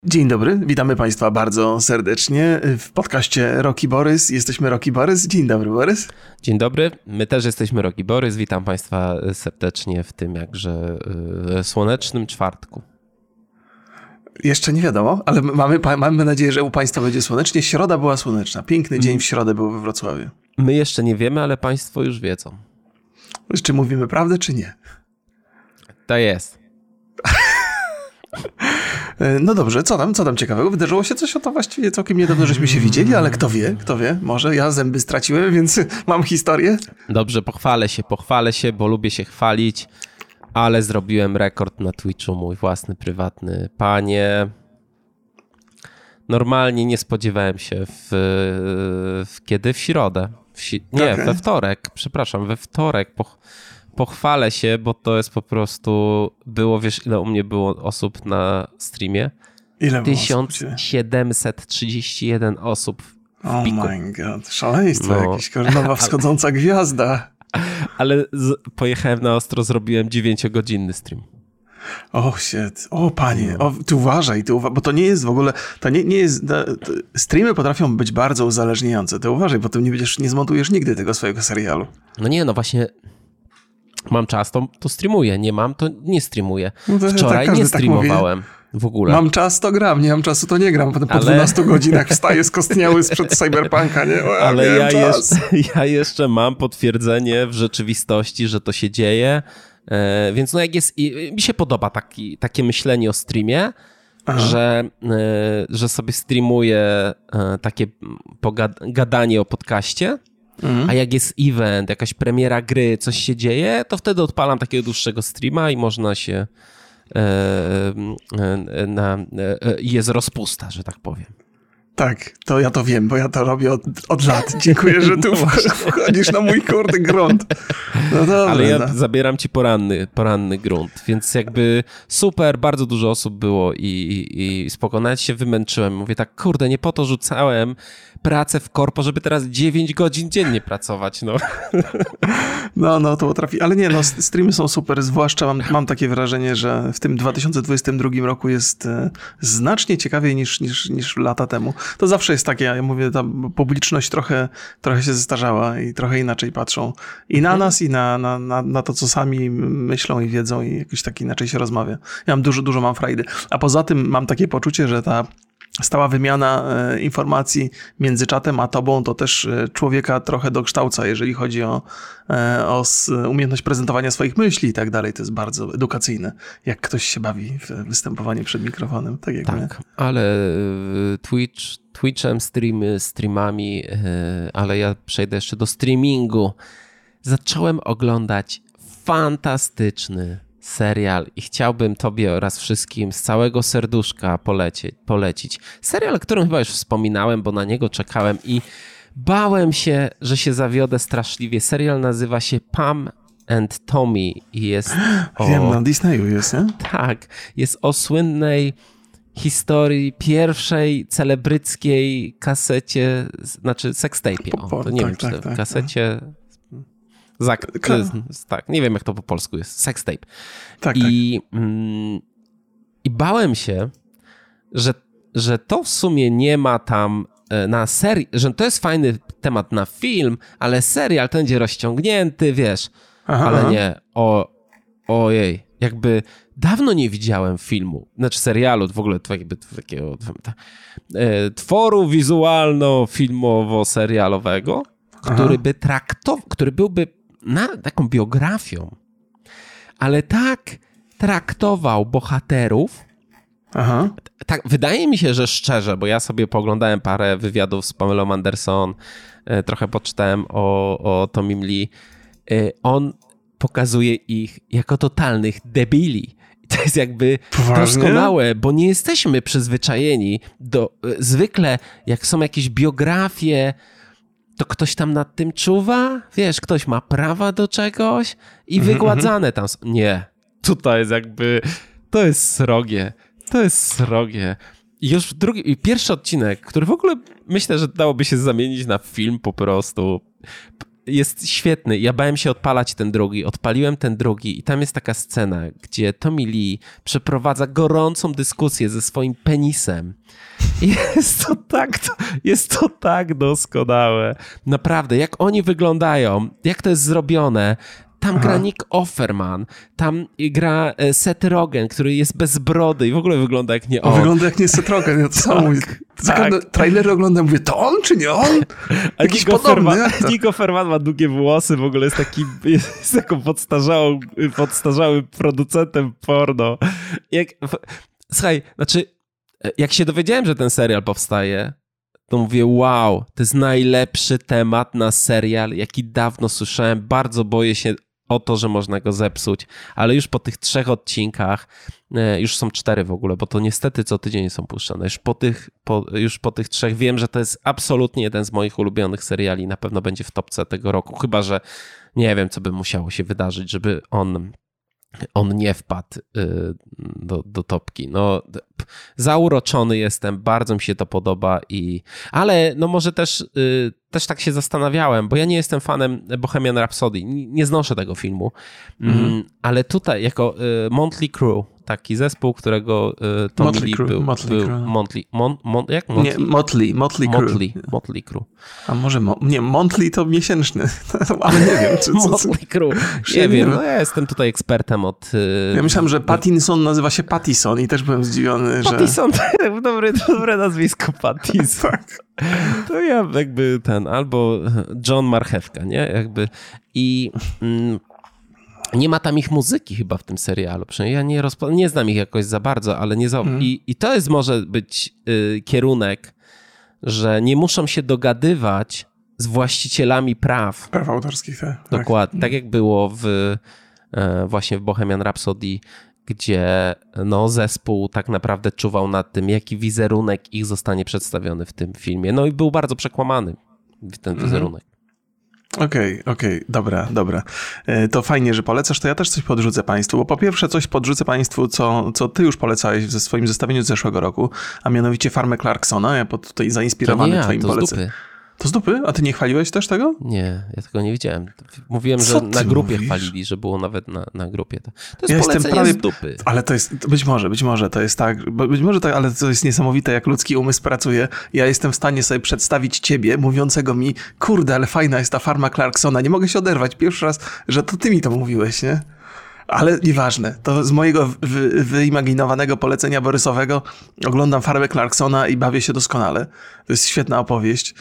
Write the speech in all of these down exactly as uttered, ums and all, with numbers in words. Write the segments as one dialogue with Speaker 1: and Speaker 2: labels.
Speaker 1: Dzień dobry, witamy Państwa bardzo serdecznie w podcaście Roki Borys. Jesteśmy Roki Borys. Dzień dobry, Borys.
Speaker 2: Dzień dobry, my też jesteśmy Roki Borys. Witam Państwa serdecznie w tym jakże y, słonecznym czwartku.
Speaker 1: Jeszcze nie wiadomo, ale mamy, mamy nadzieję, że u Państwa będzie słonecznie. Środa była słoneczna. Piękny dzień w środę był we Wrocławiu.
Speaker 2: My jeszcze nie wiemy, ale Państwo już wiedzą.
Speaker 1: Czy mówimy prawdę, czy nie?
Speaker 2: To jest.
Speaker 1: No dobrze, co tam, co tam ciekawego? Wydarzyło się coś, o to właściwie całkiem niedawno żeśmy się widzieli, ale kto wie, kto wie, może ja zęby straciłem, więc mam historię.
Speaker 2: Dobrze, pochwalę się, pochwalę się, bo lubię się chwalić, ale zrobiłem rekord na Twitchu, mój własny, prywatny. Panie, normalnie nie spodziewałem się w, w kiedy? W środę. W si- nie, okay. we wtorek, przepraszam, we wtorek poch- pochwalę się, bo to jest po prostu, było, wiesz ile u mnie było osób na streamie?
Speaker 1: Ile było
Speaker 2: tysiąc siedemset trzydzieści jeden osób w
Speaker 1: Oh
Speaker 2: piku.
Speaker 1: my god, szaleństwo,
Speaker 2: no.
Speaker 1: Jakieś nowa wschodząca ale, gwiazda.
Speaker 2: Ale z, pojechałem na ostro, zrobiłem dziewięciogodzinny stream.
Speaker 1: O oh shit, o panie, o, ty uważaj, ty uwa- bo to nie jest w ogóle, to nie, nie jest, to, to, streamy potrafią być bardzo uzależniające, ty uważaj, bo ty nie będziesz, nie zmontujesz nigdy tego swojego serialu.
Speaker 2: No nie, no właśnie mam czas, to, to streamuję, nie mam, to nie streamuję.
Speaker 1: No to,
Speaker 2: Wczoraj
Speaker 1: tak
Speaker 2: nie streamowałem w ogóle.
Speaker 1: Mam czas, to gram, nie mam czasu, to nie gram, potem po ale... dwunastu godzinach wstaję skostniały sprzed Cyberpunka, nie? O, ja
Speaker 2: ale ja,
Speaker 1: czas.
Speaker 2: Jeszcze, ja jeszcze mam potwierdzenie w rzeczywistości, że to się dzieje. E, więc no jak jest, i, mi się podoba taki, takie myślenie o streamie, że, e, że sobie streamuję e, takie pogad- gadanie o podcaście, mhm. a jak jest event, jakaś premiera gry, coś się dzieje, to wtedy odpalam takiego dłuższego streama i można się e, e, na, e, jest rozpusta, że tak powiem.
Speaker 1: Tak, to ja to wiem, bo ja to robię od, od lat. Dziękuję, że tu wchodzisz na mój kurde grunt. No dobra,
Speaker 2: ale ja
Speaker 1: no.
Speaker 2: zabieram ci poranny, poranny grunt, więc jakby super, bardzo dużo osób było i, i, i spoko, nawet się wymęczyłem. Mówię tak, kurde, nie po to rzucałem pracę w korpo, żeby teraz dziewięć godzin dziennie pracować, no.
Speaker 1: No, no, to potrafi, ale nie, no, streamy są super, zwłaszcza mam, mam takie wrażenie, że w tym dwa tysiące dwudziestym drugim roku jest e, znacznie ciekawiej niż, niż, niż lata temu. To zawsze jest takie, ja mówię, ta publiczność trochę, trochę się zestarzała i trochę inaczej patrzą i na nas, i na, na, na, na to, co sami myślą i wiedzą i jakoś tak inaczej się rozmawia. Ja mam dużo, dużo mam frajdy. A poza tym mam takie poczucie, że ta stała wymiana e, informacji między czatem a tobą to też e, człowieka trochę dokształca, jeżeli chodzi o, e, o s, umiejętność prezentowania swoich myśli i tak dalej. To jest bardzo edukacyjne, jak ktoś się bawi w występowanie przed mikrofonem. Tak, jak
Speaker 2: tak
Speaker 1: my.
Speaker 2: Ale Twitch, Twitchem, streamy, streamami, ale ja przejdę jeszcze do streamingu. Zacząłem oglądać fantastyczny serial i chciałbym tobie oraz wszystkim z całego serduszka polecieć, polecić. Serial, o którym chyba już wspominałem, bo na niego czekałem i bałem się, że się zawiodę straszliwie. Serial nazywa się Pam and Tommy i jest o...
Speaker 1: Wiem, na Disneyu jest, nie?
Speaker 2: Tak, jest o słynnej historii pierwszej celebryckiej kasecie, znaczy sextape'ie. O, to nie tak, wiem, czy
Speaker 1: tak,
Speaker 2: to
Speaker 1: tak,
Speaker 2: kasecie... Tak. Zak-
Speaker 1: Ka-
Speaker 2: tak, nie wiem jak to po polsku jest. Sextape.
Speaker 1: Tak,
Speaker 2: I,
Speaker 1: tak.
Speaker 2: mm, I bałem się, że, że to w sumie nie ma tam na serial, że to jest fajny temat na film, ale serial to będzie rozciągnięty, wiesz. Aha, ale aha. nie. O, ojej, jakby dawno nie widziałem filmu, znaczy serialu, w ogóle jakby takiego tworu wizualno-filmowo-serialowego, który by traktował, który byłby na taką biografią, ale tak traktował bohaterów.
Speaker 1: Aha.
Speaker 2: Tak, wydaje mi się, że szczerze, bo ja sobie pooglądałem parę wywiadów z Pamelą Anderson, trochę poczytałem o, o Tomim Lee. On pokazuje ich jako totalnych debili. To jest jakby
Speaker 1: Poważnie?
Speaker 2: doskonałe, bo nie jesteśmy przyzwyczajeni do... Zwykle jak są jakieś biografie, to ktoś tam nad tym czuwa, wiesz, ktoś ma prawa do czegoś i wygładzane tam są. Nie, tutaj jest jakby, to jest srogie, to jest srogie. I już drugi, i pierwszy odcinek, który w ogóle myślę, że dałoby się zamienić na film po prostu. jest świetny. Ja bałem się odpalać ten drugi. Odpaliłem ten drugi i tam jest taka scena, gdzie Tommy Lee przeprowadza gorącą dyskusję ze swoim penisem. I jest to tak, jest to tak doskonałe. Naprawdę, jak oni wyglądają, jak to jest zrobione. Tam Aha. gra Nick Offerman, tam gra Seth Rogen, który jest bez brody i w ogóle wygląda jak nie on.
Speaker 1: on wygląda jak nie Seth Rogen, ja to samo mówię. Tak. Trailery oglądam, mówię, to on czy nie on?
Speaker 2: A Jakiś Nick podobny. Offerman, Nick Offerman ma długie włosy, w ogóle jest taki, jest taką podstarzałą, podstarzałym producentem porno. Jak, słuchaj, znaczy, jak się dowiedziałem, że ten serial powstaje, to mówię, wow, to jest najlepszy temat na serial, jaki dawno słyszałem. Bardzo boję się o to, że można go zepsuć, ale już po tych trzech odcinkach, już są cztery w ogóle, bo to niestety co tydzień są puszczane. Już po tych, po, już po tych trzech wiem, że to jest absolutnie jeden z moich ulubionych seriali. Na pewno będzie w topce tego roku, chyba że nie wiem, co by musiało się wydarzyć, żeby on... on nie wpadł y, do, do topki. No, zauroczony jestem, bardzo mi się to podoba i... Ale no może też, y, też tak się zastanawiałem, bo ja nie jestem fanem Bohemian Rhapsody, nie, nie znoszę tego filmu, mm-hmm. y, ale tutaj jako y, Motley Crue, taki zespół, którego y, Tommy Lee był...
Speaker 1: Motley
Speaker 2: był
Speaker 1: Crue.
Speaker 2: Motley, Mon, Mon, jak? Motley?
Speaker 1: Nie, Motley, Motley Crue.
Speaker 2: Motley, Motley Crue.
Speaker 1: A może, mo, nie, Motley to miesięczny, ale nie wiem. Czy, co,
Speaker 2: Motley Crue, nie wiem, no ja jestem tutaj ekspertem od... Y,
Speaker 1: ja myślałem, że Pattinson nazywa się Pattison i też byłem zdziwiony, że...
Speaker 2: Pattison, dobre, dobre nazwisko, Pattison. Tak. To ja jakby ten, albo John Marchewka, nie? Jakby i... Mm, nie ma tam ich muzyki chyba w tym serialu. Przynajmniej ja nie, rozpo... nie znam ich jakoś za bardzo, ale nie za... Mm. I, I to jest może być y, kierunek, że nie muszą się dogadywać z właścicielami praw.
Speaker 1: Praw autorskich, tak.
Speaker 2: Dokładnie. Tak, tak jak było w y, właśnie w Bohemian Rhapsody, gdzie no, zespół tak naprawdę czuwał nad tym, jaki wizerunek ich zostanie przedstawiony w tym filmie. No i był bardzo przekłamany ten wizerunek. Mm.
Speaker 1: Okej, okay, okej, okay. dobra, dobra. To fajnie, że polecasz, to ja też coś podrzucę państwu, bo po pierwsze coś podrzucę państwu, co, co ty już polecałeś ze swoim zestawieniu z zeszłego roku, a mianowicie Farmę Clarksona, ja pod tutaj zainspirowany
Speaker 2: to nie ja,
Speaker 1: twoim poleceniem. To z dupy? A ty nie chwaliłeś też tego?
Speaker 2: Nie, ja tego nie widziałem. Mówiłem, Co że na grupie mówisz? Chwalili, że było nawet na, na grupie. To, to jest ja polecenie prawie... z dupy.
Speaker 1: Ale to jest, być może, być może to jest tak, być może tak, ale to jest niesamowite, jak ludzki umysł pracuje. Ja jestem w stanie sobie przedstawić ciebie, mówiącego mi, kurde, ale fajna jest ta Farma Clarksona, nie mogę się oderwać. Pierwszy raz, że to ty mi to mówiłeś, nie? Ale nieważne, to z mojego wy, wyimaginowanego polecenia borysowego oglądam Farmę Clarksona i bawię się doskonale. To jest świetna opowieść.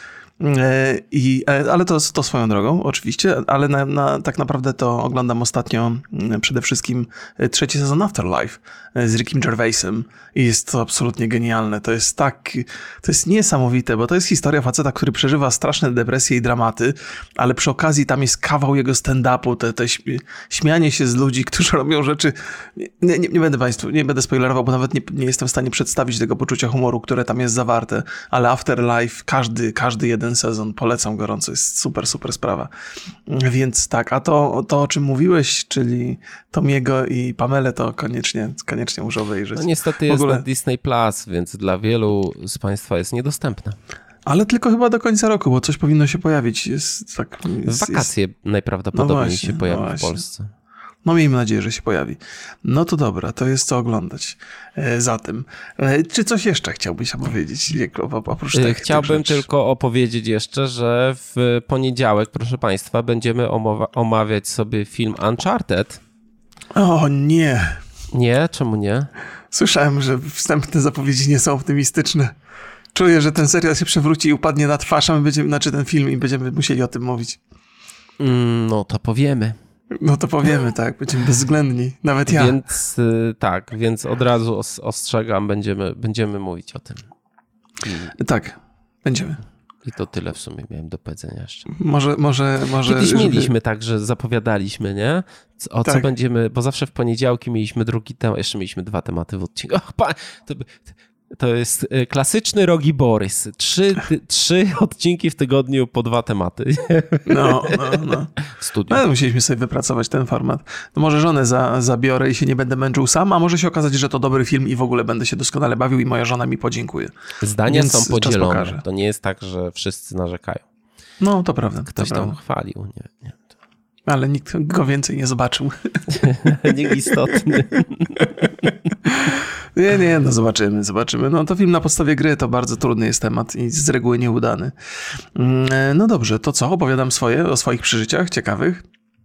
Speaker 1: I, ale to, to swoją drogą, oczywiście, ale na, na, tak naprawdę to oglądam ostatnio przede wszystkim trzeci sezon Afterlife z Rickiem Gervaisem i jest to absolutnie genialne. To jest tak, to jest niesamowite, bo to jest historia faceta, który przeżywa straszne depresje i dramaty, ale przy okazji tam jest kawał jego stand-upu, te, te śmianie się z ludzi, którzy robią rzeczy. Nie, nie, nie będę państwu, nie będę spoilerował, bo nawet nie, nie jestem w stanie przedstawić tego poczucia humoru, które tam jest zawarte, ale Afterlife, każdy, każdy jeden sezon, polecam gorąco, jest super, super sprawa. Więc tak, a to, to o czym mówiłeś, czyli Tomiego i Pamelę, to koniecznie, koniecznie muszę obejrzeć.
Speaker 2: No niestety jest ogóle... na Disney Plus, więc dla wielu z państwa jest niedostępne. Ale
Speaker 1: tylko chyba do końca roku, bo coś powinno się pojawić. Jest, tak, jest,
Speaker 2: w wakacje jest... najprawdopodobniej no właśnie, się pojawi
Speaker 1: no
Speaker 2: w Polsce.
Speaker 1: No miejmy nadzieję, że się pojawi. No to dobra, to jest co oglądać. E, zatem, e, czy coś jeszcze chciałbyś opowiedzieć? Oprócz tych,
Speaker 2: Chciałbym
Speaker 1: tych
Speaker 2: tylko opowiedzieć jeszcze, że w poniedziałek, proszę państwa, będziemy omawa- omawiać sobie film Uncharted.
Speaker 1: O nie.
Speaker 2: Nie? Czemu nie?
Speaker 1: Słyszałem, że wstępne zapowiedzi nie są optymistyczne. Czuję, że ten serial się przewróci i upadnie na twarz, a my będziemy, znaczy ten film i będziemy musieli o tym mówić.
Speaker 2: Mm, no to powiemy.
Speaker 1: No to powiemy, tak, będziemy bezwzględni, nawet ja.
Speaker 2: Więc y, tak, więc od razu os- ostrzegam, będziemy, będziemy mówić o tym.
Speaker 1: I... Tak, będziemy.
Speaker 2: I to tyle w sumie miałem do powiedzenia jeszcze.
Speaker 1: Może, może, może...
Speaker 2: Kiedyś
Speaker 1: żeby...
Speaker 2: mieliśmy tak, że zapowiadaliśmy, nie? O tak. Co będziemy, bo zawsze w poniedziałki mieliśmy drugi temat, jeszcze mieliśmy dwa tematy w odcinku. Och, pa, to, to jest klasyczny Rogi Borys. Trzy, ty, trzy odcinki w tygodniu po dwa tematy.
Speaker 1: No, no, no.
Speaker 2: W studiu.
Speaker 1: No, musieliśmy sobie wypracować ten format. No może żonę za, zabiorę i się nie będę męczył sam, a może się okazać, że to dobry film i w ogóle będę się doskonale bawił i moja żona mi podziękuje.
Speaker 2: Zdania Więc są podzielone. To nie jest tak, że wszyscy narzekają.
Speaker 1: No, to prawda.
Speaker 2: Ktoś
Speaker 1: to
Speaker 2: tam
Speaker 1: prawda.
Speaker 2: chwalił, nie, nie.
Speaker 1: Ale nikt go więcej nie zobaczył.
Speaker 2: Nikt istotny.
Speaker 1: Nie, nie, no zobaczymy, zobaczymy. No to film na podstawie gry to bardzo trudny jest temat i z reguły nieudany. No dobrze, to co? Opowiadam swoje, o swoich przeżyciach ciekawych.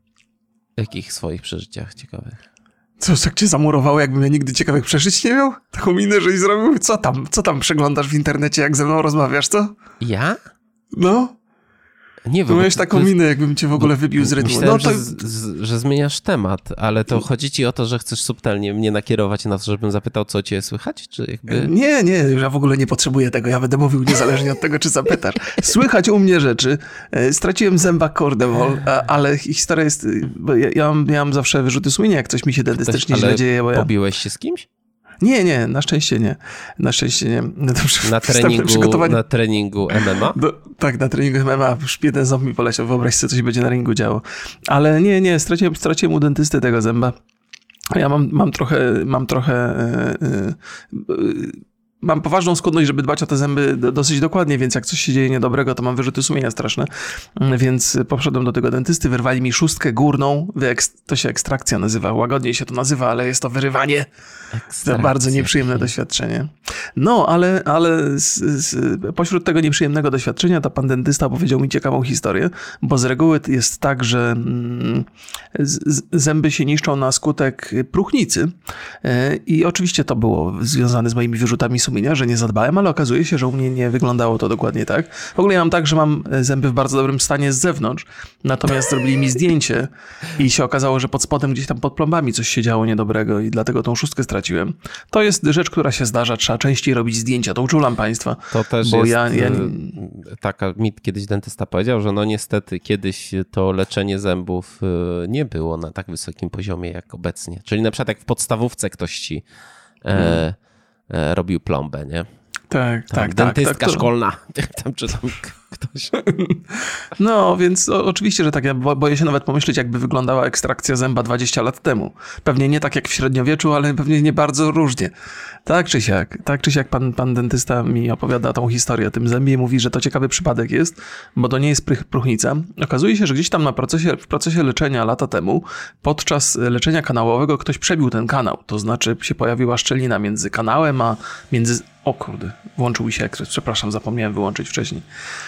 Speaker 2: Jakich swoich przeżyciach ciekawych?
Speaker 1: Coś tak cię zamurowało, jakbym ja nigdy ciekawych przeżyć nie miał? Taką minę, żeś zrobił? Co tam? Co tam przeglądasz w internecie, jak ze mną rozmawiasz, co?
Speaker 2: Ja?
Speaker 1: No.
Speaker 2: Nie wiem.
Speaker 1: Miałeś taką minę, jakbym cię w ogóle wybił z rytmu.
Speaker 2: Myślałem,
Speaker 1: no to...
Speaker 2: że, z, z, że zmieniasz temat, ale to chodzi ci o to, że chcesz subtelnie mnie nakierować na to, żebym zapytał, co cię słychać? Czy jakby...
Speaker 1: Nie, nie, ja w ogóle nie potrzebuję tego. Ja będę mówił niezależnie od tego, czy zapytasz. Słychać u mnie rzeczy. Straciłem zęba Cordemol, ale historia jest... Bo ja, ja, mam, ja mam zawsze wyrzuty sumienia, jak coś mi się dentystycznie źle dzieje. Bo ja...
Speaker 2: Pobiłeś się z kimś?
Speaker 1: Nie, nie, na szczęście nie. Na szczęście nie. Dobrze,
Speaker 2: na, treningu, na treningu M M A?
Speaker 1: Do, tak, na treningu M M A. Już jeden ząb mi poleciał. Wyobraź sobie, co się będzie na ringu działo. Ale nie, nie, straciłem, straciłem u dentysty tego zęba. Ja mam, mam trochę... Mam trochę yy, yy, Mam poważną skłonność, żeby dbać o te zęby dosyć dokładnie, więc jak coś się dzieje niedobrego, to mam wyrzuty sumienia straszne. Więc poszedłem do tego dentysty, wyrwali mi szóstkę górną, to się ekstrakcja nazywa, łagodniej się to nazywa, ale jest to wyrywanie. To bardzo nieprzyjemne doświadczenie. No, ale, ale z, z, pośród tego nieprzyjemnego doświadczenia to pan dentysta powiedział mi ciekawą historię, bo z reguły jest tak, że mm, z, zęby się niszczą na skutek próchnicy i oczywiście to było związane z moimi wyrzutami sumienia, że nie zadbałem, ale okazuje się, że u mnie nie wyglądało to dokładnie tak. W ogóle ja mam tak, że mam zęby w bardzo dobrym stanie z zewnątrz, natomiast zrobili mi zdjęcie i się okazało, że pod spodem gdzieś tam pod plombami coś się działo niedobrego i dlatego tą szóstkę straciłem. To jest rzecz, która się zdarza, trzeba częściej robić zdjęcia, to uczulam państwa.
Speaker 2: To też
Speaker 1: bo
Speaker 2: jest
Speaker 1: ja, ja...
Speaker 2: taka, mi kiedyś dentysta powiedział, że no niestety kiedyś to leczenie zębów nie było na tak wysokim poziomie jak obecnie. Czyli na przykład jak w podstawówce ktoś ci hmm. e, e, robił plombę, nie?
Speaker 1: Tak, tak, tak.
Speaker 2: Dentystka
Speaker 1: tak, to...
Speaker 2: szkolna. Tam czy tam ktoś.
Speaker 1: No, więc o, oczywiście, że tak. Ja boję się nawet pomyśleć, jakby wyglądała ekstrakcja zęba dwadzieścia lat temu. Pewnie nie tak jak w średniowieczu, ale pewnie nie bardzo różnie. Tak czy siak, tak czy siak pan, pan dentysta mi opowiada tą historię o tym zębie i mówi, że to ciekawy przypadek jest, bo to nie jest próchnica. Okazuje się, że gdzieś tam na procesie, w procesie leczenia lata temu, podczas leczenia kanałowego ktoś przebił ten kanał. To znaczy się pojawiła szczelina między kanałem, a między... O kurde, włączył mi się ekspres, przepraszam, zapomniałem wyłączyć wcześniej.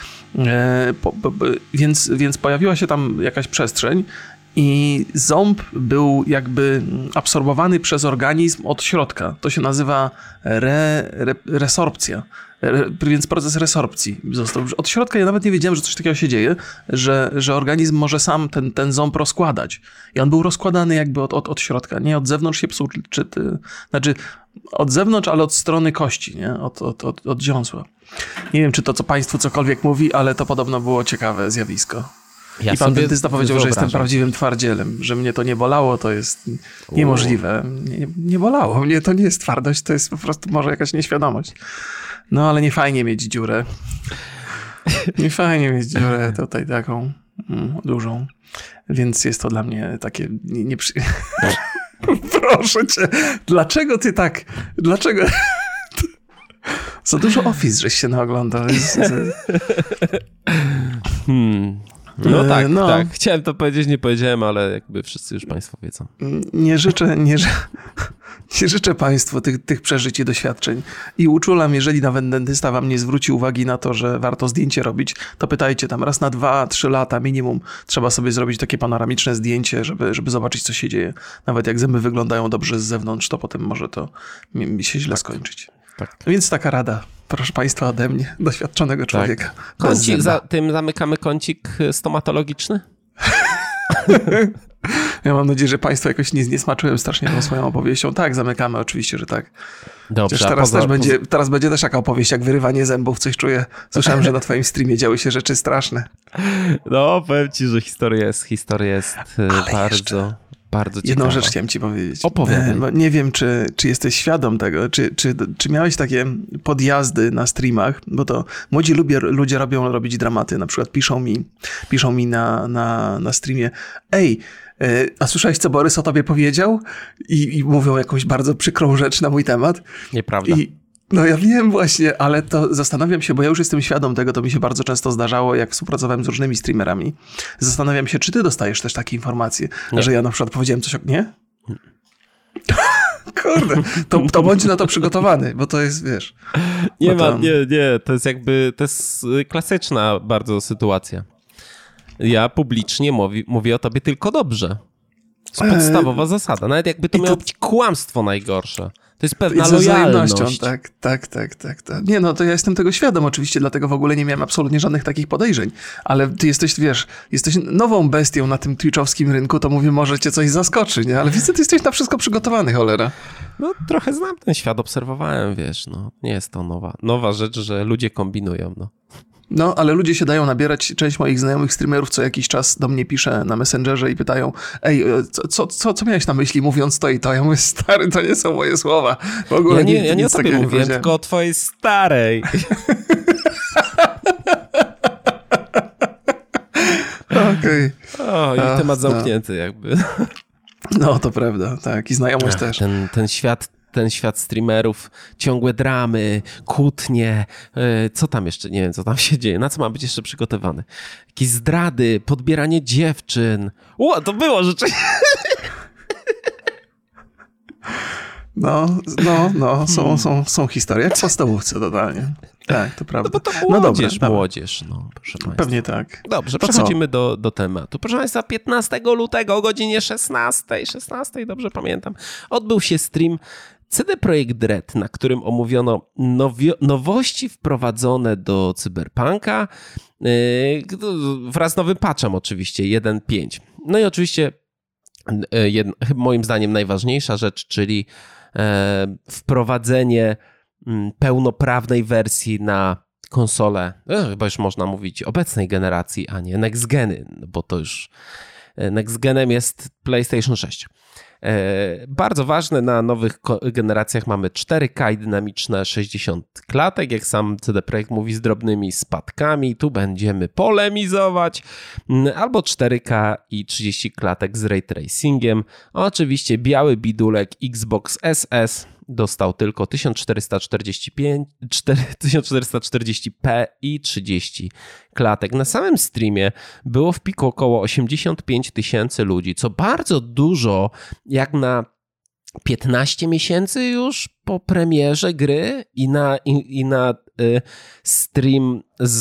Speaker 1: E, po, po, więc, więc pojawiła się tam jakaś przestrzeń i ząb był jakby absorbowany przez organizm od środka. To się nazywa re, re, resorpcja. Re, więc proces resorpcji został. Od środka ja nawet nie wiedziałem, że coś takiego się dzieje, że, że organizm może sam ten, ten ząb rozkładać. I on był rozkładany jakby od, od, od środka. Nie od zewnątrz się psuł, czy ty, znaczy od zewnątrz, ale od strony kości, nie? Od, od, od, od dziąsła. Nie wiem, czy to co państwu cokolwiek mówi, ale to podobno było ciekawe zjawisko. Ja I pan dentysta powiedział, wyobrażam. że jestem prawdziwym twardzielem, że mnie to nie bolało, to jest niemożliwe. Nie, nie bolało mnie, to nie jest twardość, to jest po prostu może jakaś nieświadomość. No ale nie fajnie mieć dziurę. Nie fajnie mieć dziurę tutaj taką mm, dużą. Więc jest to dla mnie takie nie, nie przy... Proszę cię, dlaczego ty tak, dlaczego... Za dużo Office, żeś się naoglądał.
Speaker 2: Hmm. No tak, no. tak. Chciałem to powiedzieć, nie powiedziałem, ale jakby wszyscy już państwo wiedzą.
Speaker 1: Nie życzę, nie, nie życzę państwu tych, tych przeżyć i doświadczeń. I uczulam, jeżeli nawet dentysta wam nie zwróci uwagi na to, że warto zdjęcie robić, to pytajcie tam raz na dwa, trzy lata minimum. Trzeba sobie zrobić takie panoramiczne zdjęcie, żeby, żeby zobaczyć, co się dzieje. Nawet jak zęby wyglądają dobrze z zewnątrz, to potem może to mi, mi się źle tak. skończyć. Tak. Więc taka rada, proszę państwa, ode mnie, doświadczonego człowieka.
Speaker 2: Tak. Kącik, za tym zamykamy kącik stomatologiczny?
Speaker 1: Ja mam nadzieję, że państwo jakoś nie zniesmaczyłem strasznie tą swoją opowieścią. Tak, zamykamy, oczywiście, że tak.
Speaker 2: Dobrze.
Speaker 1: Chociaż teraz,
Speaker 2: poza,
Speaker 1: też będzie, teraz będzie też taka opowieść, jak wyrywanie zębów, coś czuję. Słyszałem, że na twoim streamie działy się rzeczy straszne.
Speaker 2: No, powiem ci, że historia jest, historia jest Ale bardzo... Jeszcze. Bardzo ciekawa.
Speaker 1: Jedną rzecz chciałem ci powiedzieć.
Speaker 2: Opowiadaj.
Speaker 1: Nie wiem, czy, czy jesteś świadom tego, czy, czy, czy miałeś takie podjazdy na streamach, bo to młodzi ludzie, ludzie robią robić dramaty, na przykład piszą mi, piszą mi na, na, na streamie, ej, a słyszałeś, co Borys o tobie powiedział? I, i mówią jakąś bardzo przykrą rzecz na mój temat.
Speaker 2: Nieprawda.
Speaker 1: I, No ja wiem właśnie, ale to zastanawiam się, bo ja już jestem świadom tego, to mi się bardzo często zdarzało, jak współpracowałem z różnymi streamerami. Zastanawiam się, czy ty dostajesz też takie informacje, nie. że ja na przykład powiedziałem coś o... Nie? Kurde, to, to bądź na to przygotowany, bo to jest, wiesz...
Speaker 2: Nie ma,
Speaker 1: tam...
Speaker 2: nie, nie, to jest jakby, to jest klasyczna bardzo sytuacja. Ja publicznie mówi, mówię o tobie tylko dobrze. To jest podstawowa eee... zasada, nawet jakby to miało to... być kłamstwo najgorsze. To jest pewna lojalność.
Speaker 1: Tak, tak, tak, tak, tak. Nie, no to ja jestem tego świadom oczywiście, dlatego w ogóle nie miałem absolutnie żadnych takich podejrzeń. Ale ty jesteś, wiesz, jesteś nową bestią na tym twitchowskim rynku, to mówię, może cię coś zaskoczy, nie? Ale widzę, ty jesteś na wszystko przygotowany, cholera.
Speaker 2: No trochę znam ten świat, obserwowałem, wiesz, no nie jest to nowa, nowa rzecz, że ludzie kombinują, no.
Speaker 1: No, ale ludzie się dają nabierać. Część moich znajomych streamerów co jakiś czas do mnie pisze na Messengerze i pytają, ej, co, co, co miałeś na myśli mówiąc to i to? Ja mówię, stary, to nie są moje słowa. W ogóle
Speaker 2: ja nie,
Speaker 1: nic,
Speaker 2: ja nie
Speaker 1: nic
Speaker 2: o tobie mówiłem, tylko o twojej starej.
Speaker 1: Okej.
Speaker 2: Okay. O, i Ach, temat zamknięty no. jakby.
Speaker 1: No, to prawda, tak. I znajomość Ach, też.
Speaker 2: Ten, ten świat... Ten świat streamerów, ciągłe dramy, kłótnie, yy, co tam jeszcze, nie wiem, co tam się dzieje, na co ma być jeszcze przygotowany. Jakieś zdrady, podbieranie dziewczyn. Ło, to było rzeczywiście.
Speaker 1: No, no, no, są, hmm. są, są historie jak w podstawówce totalnie. Tak, to prawda.
Speaker 2: No bo to młodzież, no dobra, młodzież, no proszę Państwa.
Speaker 1: Pewnie tak.
Speaker 2: Dobrze, to przechodzimy do, do tematu. Proszę Państwa, piętnastego lutego o godzinie szesnastej, szesnastej, dobrze pamiętam, odbył się stream C D Projekt Red, na którym omówiono nowio- nowości wprowadzone do Cyberpunka yy, wraz z nowym patchem oczywiście, jeden pięć. No i oczywiście yy, jed- moim zdaniem najważniejsza rzecz, czyli yy, wprowadzenie yy, pełnoprawnej wersji na konsolę, yy, chyba już można mówić obecnej generacji, a nie next geny, bo to już yy, next genem jest PlayStation sześć. Bardzo ważne, na nowych generacjach mamy cztery K i dynamiczne sześćdziesiąt klatek, jak sam C D Projekt mówi, z drobnymi spadkami. Tu będziemy polemizować. Albo cztery K i trzydzieści klatek z ray tracingiem. Oczywiście biały bidulek Xbox S S dostał tylko tysiąc czterysta czterdzieści pięć, tysiąc czterysta czterdzieści p i trzydzieści klatek. Na samym streamie było w piku około osiemdziesiąt pięć tysięcy ludzi, co bardzo dużo jak na piętnaście miesięcy już po premierze gry i na, i, i na y, stream z,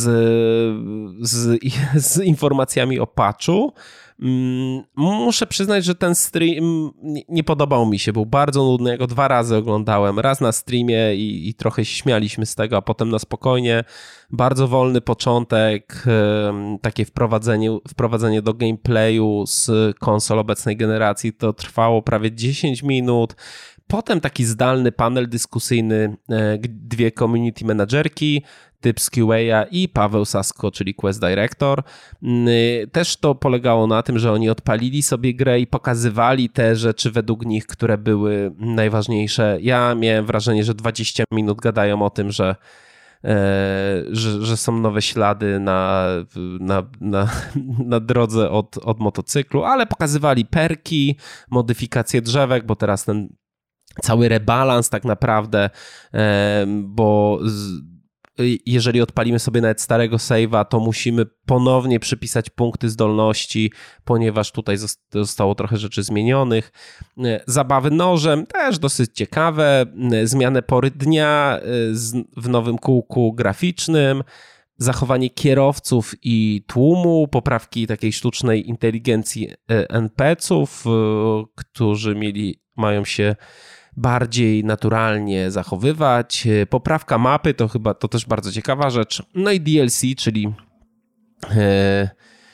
Speaker 2: z, z informacjami o patchu. Muszę przyznać, że ten stream nie podobał mi się, był bardzo nudny, ja go dwa razy oglądałem, raz na streamie i, i trochę się śmialiśmy z tego, a potem na spokojnie, bardzo wolny początek, takie wprowadzenie, wprowadzenie do gameplayu z konsol obecnej generacji, to trwało prawie dziesięć minut, potem taki zdalny panel dyskusyjny, dwie community managerki, typ z Q A i Paweł Sasko, czyli Quest Director. Też to polegało na tym, że oni odpalili sobie grę i pokazywali te rzeczy według nich, które były najważniejsze. Ja miałem wrażenie, że dwadzieścia minut gadają o tym, że Że, że są nowe ślady na, na, na, na drodze od, od motocyklu, ale pokazywali perki, modyfikacje drzewek, bo teraz ten cały rebalans tak naprawdę, bo jeżeli odpalimy sobie nawet starego save'a, to musimy ponownie przypisać punkty zdolności, ponieważ tutaj zostało trochę rzeczy zmienionych. Zabawy nożem też dosyć ciekawe, zmianę pory dnia w nowym kółku graficznym, zachowanie kierowców i tłumu, poprawki takiej sztucznej inteligencji N P C-ów, którzy mieli, mają się bardziej naturalnie zachowywać. Poprawka mapy to chyba to też bardzo ciekawa rzecz. No i D L C, czyli e,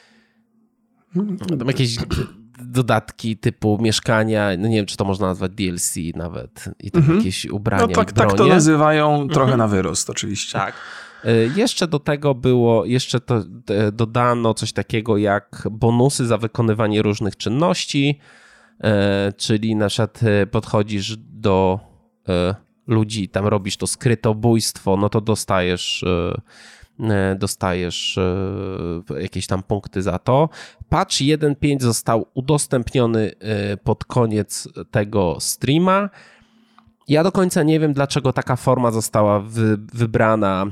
Speaker 2: tam jakieś dodatki typu mieszkania, no nie wiem, czy to można nazwać D L C nawet i tam mhm. jakieś ubrania no tak, i bronie.
Speaker 1: Tak to nazywają trochę mhm. na wyrost oczywiście.
Speaker 2: Tak. Jeszcze do tego było, jeszcze to dodano coś takiego jak bonusy za wykonywanie różnych czynności, czyli na przykład podchodzisz do ludzi, tam robisz to skrytobójstwo, no to dostajesz dostajesz jakieś tam punkty za to. Patch jeden pięć został udostępniony pod koniec tego streama. Ja do końca nie wiem, dlaczego taka forma została wy, wybrana.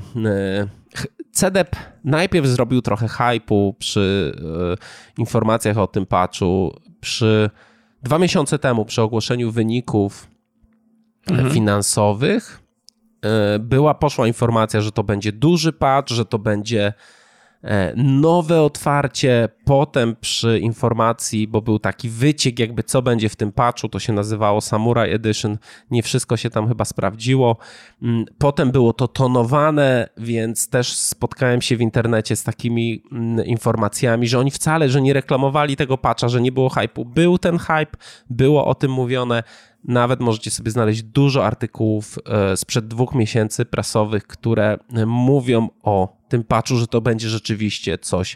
Speaker 2: C D E P najpierw zrobił trochę hype'u przy y, informacjach o tym patchu. Przy dwa miesiące temu, przy ogłoszeniu wyników mhm. finansowych, y, była, poszła informacja, że to będzie duży patch, że to będzie nowe otwarcie. Potem przy informacji, bo był taki wyciek jakby co będzie w tym patchu, to się nazywało Samurai Edition, nie wszystko się tam chyba sprawdziło. Potem było to tonowane, więc też spotkałem się w internecie z takimi informacjami, że oni wcale, że nie reklamowali tego patcha, że nie było hype'u. Był ten hype, było o tym mówione. Nawet możecie sobie znaleźć dużo artykułów sprzed dwóch miesięcy prasowych, które mówią o tym patchu, że to będzie rzeczywiście coś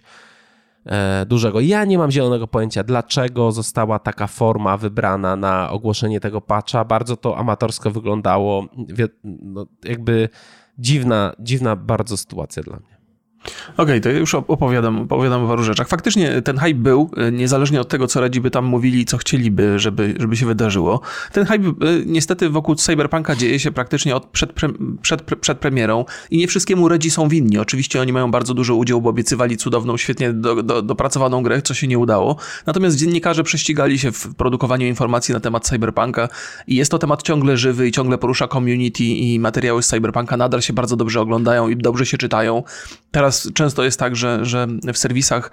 Speaker 2: dużego. Ja nie mam zielonego pojęcia, dlaczego została taka forma wybrana na ogłoszenie tego patcha. Bardzo to amatorsko wyglądało. No, jakby dziwna, dziwna bardzo sytuacja dla mnie.
Speaker 1: Okej, okay, to ja już opowiadam, opowiadam o paru rzeczach. Faktycznie ten hype był, niezależnie od tego, co Redzi by tam mówili, co chcieliby, żeby, żeby się wydarzyło. Ten hype niestety wokół Cyberpunka dzieje się praktycznie od przed, przed, przed premierą i nie wszystkiemu Redzi są winni. Oczywiście oni mają bardzo duży udział, bo obiecywali cudowną, świetnie do, do, dopracowaną grę, co się nie udało. Natomiast dziennikarze prześcigali się w produkowaniu informacji na temat Cyberpunka i jest to temat ciągle żywy i ciągle porusza community i materiały z Cyberpunka nadal się bardzo dobrze oglądają i dobrze się czytają. Teraz często jest tak, że, że w serwisach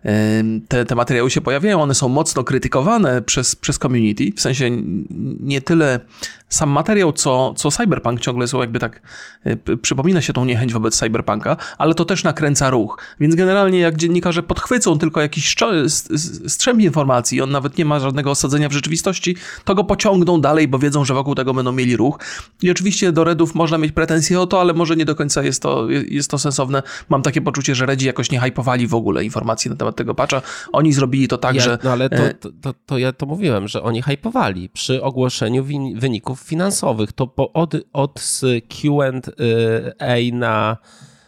Speaker 1: te, te materiały się pojawiają, one są mocno krytykowane przez, przez community, w sensie nie tyle sam materiał, co, co Cyberpunk ciągle są jakby tak, przypomina się tą niechęć wobec Cyberpunka, ale to też nakręca ruch. Więc generalnie jak dziennikarze podchwycą tylko jakiś strzęp informacji, on nawet nie ma żadnego osadzenia w rzeczywistości, to go pociągną dalej, bo wiedzą, że wokół tego będą mieli ruch. I oczywiście do Redów można mieć pretensje o to, ale może nie do końca jest to, jest to sensowne. Mam takie poczucie, że Redzi jakoś nie hypowali w ogóle informacji na temat tego patcha. Oni zrobili to tak,
Speaker 2: ja,
Speaker 1: że...
Speaker 2: No ale to, to, to, to ja to mówiłem, że oni hypowali przy ogłoszeniu win- wyników finansowych. To po, od, od z Q and A na,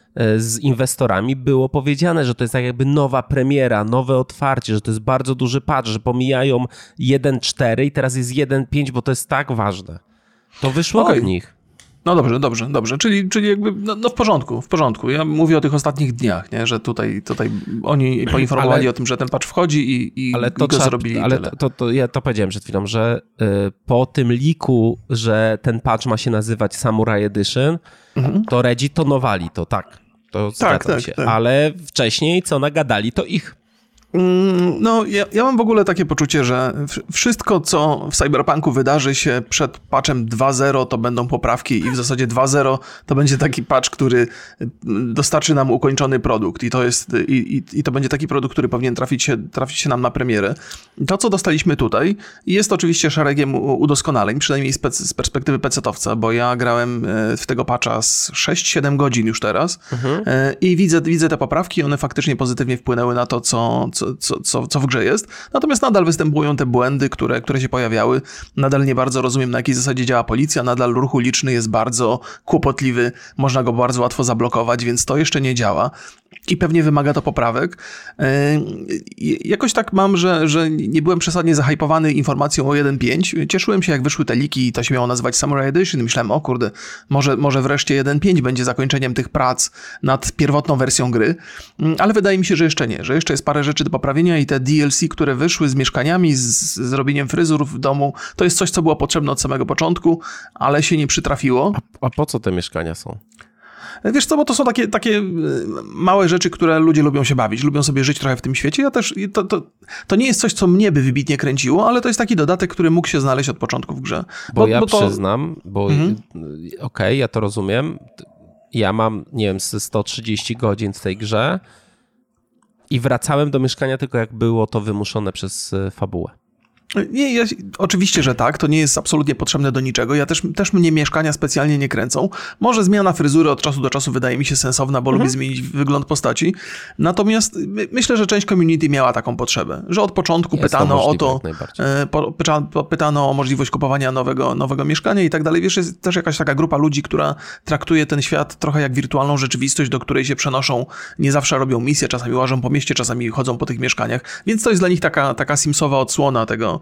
Speaker 2: z inwestorami było powiedziane, że to jest tak jakby nowa premiera, nowe otwarcie, że to jest bardzo duży patch, że pomijają jeden cztery i teraz jest jeden pięć, bo to jest tak ważne. To wyszło okay. od nich.
Speaker 1: No dobrze, dobrze, dobrze. Czyli, czyli jakby, no, no w porządku, w porządku. Ja mówię o tych ostatnich dniach, nie? Że tutaj, tutaj oni poinformowali ale, o tym, że ten patch wchodzi i, i,
Speaker 2: ale to
Speaker 1: i go
Speaker 2: trzeba,
Speaker 1: zrobili.
Speaker 2: Ale to, to, to ja to powiedziałem przed chwilą, że y, po tym liku, że ten patch ma się nazywać Samurai Edition, mhm. to Redzi tonowali to, tak. To
Speaker 1: tak, tak,
Speaker 2: się.
Speaker 1: tak.
Speaker 2: Ale wcześniej, co nagadali, to ich.
Speaker 1: No, ja, ja mam w ogóle takie poczucie, że wszystko, co w Cyberpunku wydarzy się przed patchem dwa zero, to będą poprawki i w zasadzie dwa zero to będzie taki patch, który dostarczy nam ukończony produkt i to jest i, i, i to będzie taki produkt, który powinien trafić się, trafić się nam na premierę. To, co dostaliśmy tutaj, jest oczywiście szeregiem udoskonaleń, przynajmniej z, z perspektywy pecetowca, bo ja grałem w tego patcha z sześć siedem godzin już teraz mhm. i widzę, widzę te poprawki, one faktycznie pozytywnie wpłynęły na to, co Co, co, co, co w grze jest. Natomiast nadal występują te błędy, które, które się pojawiały. Nadal nie bardzo rozumiem, na jakiej zasadzie działa policja. Nadal ruch uliczny jest bardzo kłopotliwy. Można go bardzo łatwo zablokować, więc to jeszcze nie działa. I pewnie wymaga to poprawek. Yy, jakoś tak mam, że, że nie byłem przesadnie zahypowany informacją o jeden pięć. Cieszyłem się, jak wyszły te liki i to się miało nazywać Samurai Edition. Myślałem, o kurde, może, może wreszcie jeden pięć będzie zakończeniem tych prac nad pierwotną wersją gry. Yy, ale wydaje mi się, że jeszcze nie, że jeszcze jest parę rzeczy do poprawienia i te D L C, które wyszły z mieszkaniami, z, z robieniem fryzur w domu, to jest coś, co było potrzebne od samego początku, ale się nie przytrafiło.
Speaker 2: A, a po co te mieszkania są?
Speaker 1: Wiesz co, bo to są takie, takie małe rzeczy, które ludzie lubią się bawić, lubią sobie żyć trochę w tym świecie. Ja też, to, to, to nie jest coś, co mnie by wybitnie kręciło, ale to jest taki dodatek, który mógł się znaleźć od początku w grze.
Speaker 2: Bo, bo ja bo to... przyznam, bo mhm. okej, okay, ja to rozumiem. Ja mam, nie wiem, sto trzydzieści godzin w tej grze i wracałem do mieszkania tylko jak było to wymuszone przez fabułę.
Speaker 1: Nie, ja, oczywiście, że tak, to nie jest absolutnie potrzebne do niczego. Ja też, też mnie mieszkania specjalnie nie kręcą. Może zmiana fryzury od czasu do czasu wydaje mi się sensowna, bo mhm. lubię zmienić wygląd postaci. Natomiast my, myślę, że część community miała taką potrzebę, że od początku jest pytano to o to, po, pyta, pytano o możliwość kupowania nowego, nowego mieszkania i tak dalej. Wiesz, jest też jakaś taka grupa ludzi, która traktuje ten świat trochę jak wirtualną rzeczywistość, do której się przenoszą, nie zawsze robią misje, czasami łażą po mieście, czasami chodzą po tych mieszkaniach, więc to jest dla nich taka, taka simsowa odsłona tego,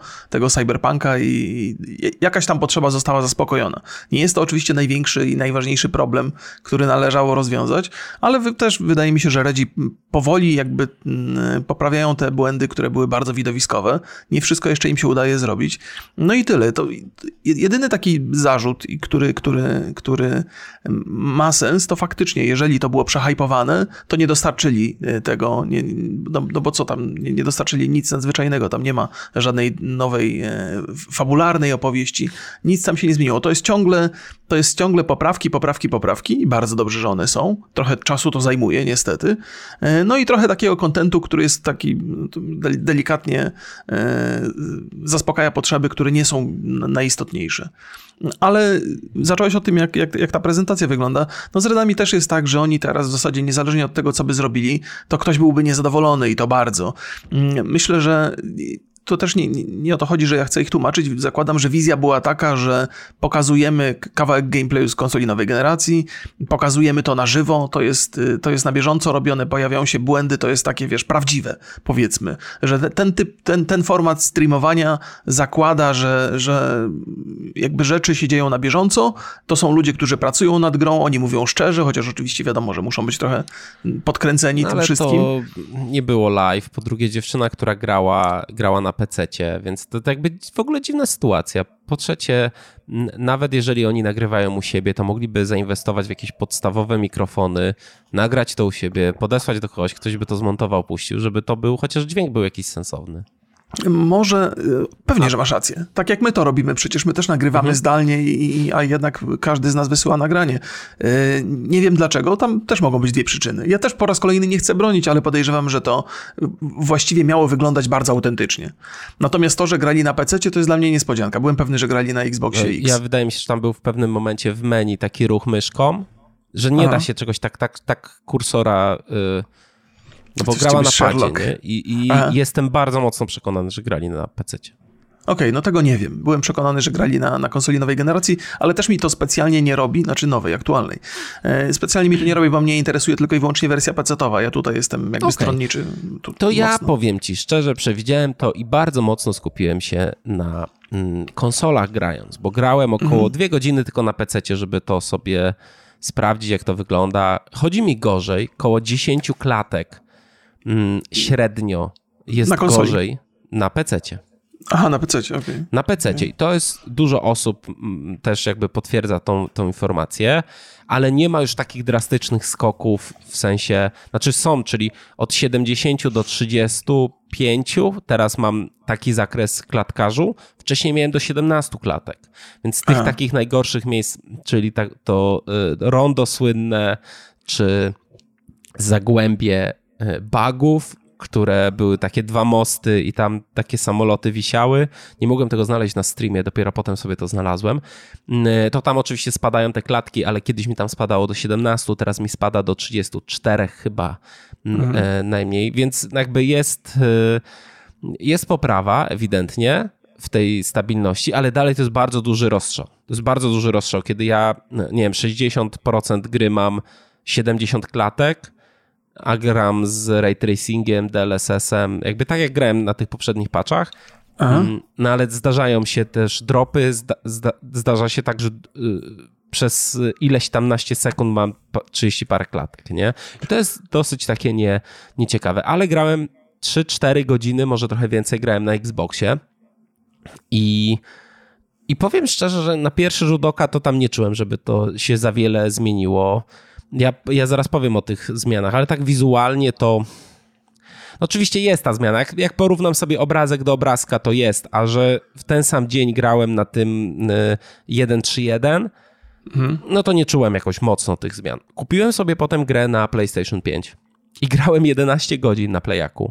Speaker 1: tego cyberpunka i, i jakaś tam potrzeba została zaspokojona. Nie jest to oczywiście największy i najważniejszy problem, który należało rozwiązać, ale wy, też wydaje mi się, że Redzi powoli jakby mm, poprawiają te błędy, które były bardzo widowiskowe. Nie wszystko jeszcze im się udaje zrobić. No i tyle. To jedyny taki zarzut, który, który, który ma sens, to faktycznie, jeżeli to było przehajpowane, to nie dostarczyli tego, nie, no, no bo co tam, nie, nie dostarczyli nic nadzwyczajnego, tam nie ma żadnej nowej e, fabularnej opowieści, nic tam się nie zmieniło. To jest ciągle, to jest ciągle poprawki, poprawki, poprawki i bardzo dobrze, że one są. Trochę czasu to zajmuje, niestety. E, no i trochę takiego kontentu, który jest taki delikatnie e, zaspokaja potrzeby, które nie są najistotniejsze. Ale zacząłeś o tym, jak, jak, jak ta prezentacja wygląda. No z Redami też jest tak, że oni teraz w zasadzie niezależnie od tego, co by zrobili, to ktoś byłby niezadowolony i to bardzo. Myślę, że to też nie, nie, nie o to chodzi, że ja chcę ich tłumaczyć. Zakładam, że wizja była taka, że pokazujemy kawałek gameplayu z konsoli nowej generacji, pokazujemy to na żywo, to jest, to jest na bieżąco robione, pojawiają się błędy, to jest takie, wiesz, prawdziwe, powiedzmy. Że ten typ, ten, ten format streamowania zakłada, że, że jakby rzeczy się dzieją na bieżąco, to są ludzie, którzy pracują nad grą, oni mówią szczerze, chociaż oczywiście wiadomo, że muszą być trochę podkręceni no, tym
Speaker 2: ale
Speaker 1: wszystkim.
Speaker 2: To nie było live. Po drugie, dziewczyna, która grała, grała na pececie, więc to, to jakby w ogóle dziwna sytuacja. Po trzecie, n- nawet jeżeli oni nagrywają u siebie, to mogliby zainwestować w jakieś podstawowe mikrofony, nagrać to u siebie, podesłać do kogoś, ktoś by to zmontował, puścił, żeby to był, chociaż dźwięk był jakiś sensowny.
Speaker 1: Może, pewnie, że masz rację. Tak jak my to robimy, przecież my też nagrywamy mhm. zdalnie, i, a jednak każdy z nas wysyła nagranie. Nie wiem dlaczego, tam też mogą być dwie przyczyny. Ja też po raz kolejny nie chcę bronić, ale podejrzewam, że to właściwie miało wyglądać bardzo autentycznie. Natomiast to, że grali na pececie, to jest dla mnie niespodzianka. Byłem pewny, że grali na Xboxie X.
Speaker 2: Ja wydaje mi się, że tam był w pewnym momencie w menu taki ruch myszką, że nie Aha. da się czegoś tak, tak, tak kursora... Y- No bo grała na padzie, nie? I, i jestem bardzo mocno przekonany, że grali na pececie.
Speaker 1: Okej, okay, no tego nie wiem. Byłem przekonany, że grali na, na konsoli nowej generacji, ale też mi to specjalnie nie robi, znaczy nowej, aktualnej. E, specjalnie mi to nie robi, bo mnie interesuje tylko i wyłącznie wersja pecetowa. Ja tutaj jestem jakby okay. stronniczy. Tu,
Speaker 2: to
Speaker 1: mocno.
Speaker 2: Ja powiem ci szczerze, przewidziałem to i bardzo mocno skupiłem się na mm, konsolach grając, bo grałem około mhm. dwie godziny tylko na pececie, żeby to sobie sprawdzić, jak to wygląda. Chodzi mi gorzej, koło dziesięciu klatek mm, średnio jest na gorzej na pececie.
Speaker 1: Aha, na pececie, okej. Okay.
Speaker 2: Na pececie. I to jest dużo osób m, też jakby potwierdza tą, tą informację, ale nie ma już takich drastycznych skoków w sensie, znaczy są, czyli od siedemdziesięciu do trzydziestu pięciu, teraz mam taki zakres klatkarzu, wcześniej miałem do siedemnastu klatek. Więc z tych Aha. takich najgorszych miejsc, czyli tak, to y, rondo słynne, czy zagłębie y, bugów, które były takie dwa mosty i tam takie samoloty wisiały. Nie mogłem tego znaleźć na streamie, dopiero potem sobie to znalazłem. To tam oczywiście spadają te klatki, ale kiedyś mi tam spadało do siedemnastu, teraz mi spada do trzydziestu czterech chyba mhm. najmniej, więc jakby jest, jest poprawa ewidentnie w tej stabilności, ale dalej to jest bardzo duży rozstrzał. To jest bardzo duży rozstrzał, kiedy ja, nie wiem, sześćdziesiąt procent gry mam siedemdziesiąt klatek, a gram z ray tracingiem, D L S S-em, jakby tak jak grałem na tych poprzednich patchach, Aha. no ale zdarzają się też dropy, zda, zda, zdarza się tak, że y, przez ileś tam naście sekund mam trzydzieści parę klatek, nie? I to jest dosyć takie nie, nieciekawe, ale grałem trzy cztery godziny, może trochę więcej grałem na Xboxie i i powiem szczerze, że na pierwszy rzut oka to tam nie czułem, żeby to się za wiele zmieniło. Ja, ja zaraz powiem o tych zmianach, ale tak wizualnie to... No oczywiście jest ta zmiana. Jak, jak porównam sobie obrazek do obrazka, to jest, a że w ten sam dzień grałem na tym y, jeden trzy jeden, mhm. no to nie czułem jakoś mocno tych zmian. Kupiłem sobie potem grę na PlayStation pięć i grałem jedenaście godzin na Playaku.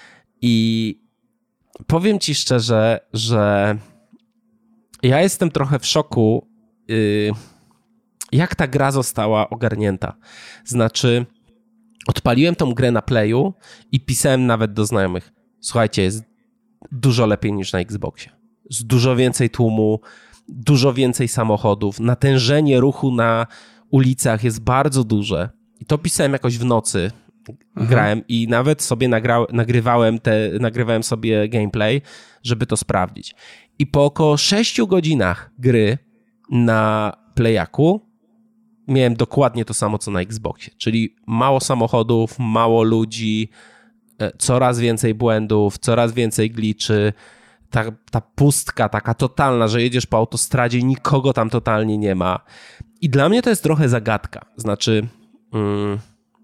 Speaker 2: I powiem ci szczerze, że ja jestem trochę w szoku... Y, jak ta gra została ogarnięta. Znaczy, odpaliłem tą grę na Playu i pisałem nawet do znajomych. Słuchajcie, jest dużo lepiej niż na Xboxie. Jest dużo więcej tłumu, dużo więcej samochodów, natężenie ruchu na ulicach jest bardzo duże. I to pisałem jakoś w nocy mhm. grałem i nawet sobie nagrał, nagrywałem, te, nagrywałem sobie gameplay, żeby to sprawdzić. I po około sześciu godzinach gry na Playaku miałem dokładnie to samo, co na Xboxie, czyli mało samochodów, mało ludzi, coraz więcej błędów, coraz więcej glitchy, ta, ta pustka taka totalna, że jedziesz po autostradzie i nikogo tam totalnie nie ma. I dla mnie to jest trochę zagadka. Znaczy, mm,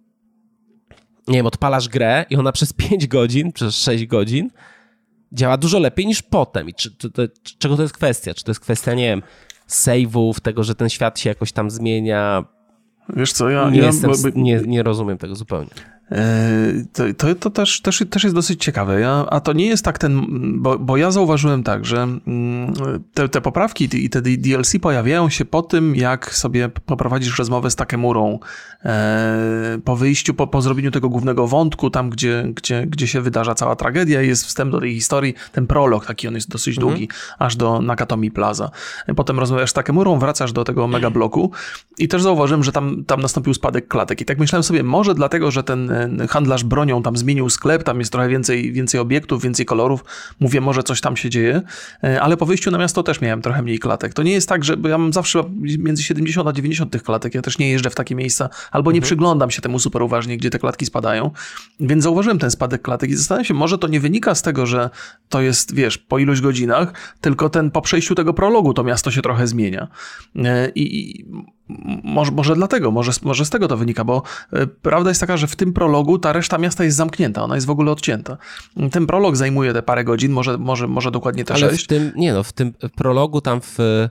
Speaker 2: nie wiem, odpalasz grę i ona przez pięć godzin, przez sześć godzin działa dużo lepiej niż potem. I czy, to, to, czego to jest kwestia? Czy to jest kwestia, nie wiem, save'ów, tego, że ten świat się jakoś tam zmienia?
Speaker 1: Wiesz co, ja...
Speaker 2: Nie,
Speaker 1: ja
Speaker 2: jestem,
Speaker 1: bo, bo...
Speaker 2: nie, nie rozumiem tego zupełnie.
Speaker 1: To, to, to też, też, też jest dosyć ciekawe. Ja, a to nie jest tak ten, bo, bo ja zauważyłem tak, że te, te poprawki i te D L C pojawiają się po tym, jak sobie poprowadzisz rozmowę z Takemurą e, po wyjściu, po, po zrobieniu tego głównego wątku, tam gdzie, gdzie, gdzie się wydarza cała tragedia, jest wstęp do tej historii, ten prolog taki, on jest dosyć mhm. długi, aż do Nakatomi Plaza. Potem rozmawiasz z Takemurą, wracasz do tego mega bloku i też zauważyłem, że tam, tam nastąpił spadek klatek. I tak myślałem sobie, może dlatego, że ten handlarz bronią tam zmienił sklep, tam jest trochę więcej, więcej obiektów, więcej kolorów. Mówię, może coś tam się dzieje, ale po wyjściu na miasto też miałem trochę mniej klatek. To nie jest tak, że bo ja mam zawsze między siedemdziesiąt a dziewięćdziesiąt tych klatek. Ja też nie jeżdżę w takie miejsca, albo nie mhm. przyglądam się temu super uważnie, gdzie te klatki spadają. Więc zauważyłem ten spadek klatek i zastanawiam się, może to nie wynika z tego, że to jest, wiesz, po iluś godzinach, tylko ten po przejściu tego prologu to miasto się trochę zmienia. I, i Może, może dlatego, może, może z tego to wynika, bo y, prawda jest taka, że w tym prologu ta reszta miasta jest zamknięta, ona jest w ogóle odcięta. Ten prolog zajmuje te parę godzin, może, może, może dokładnie te
Speaker 2: Ale
Speaker 1: sześć.
Speaker 2: W tym, nie no, w tym prologu tam w,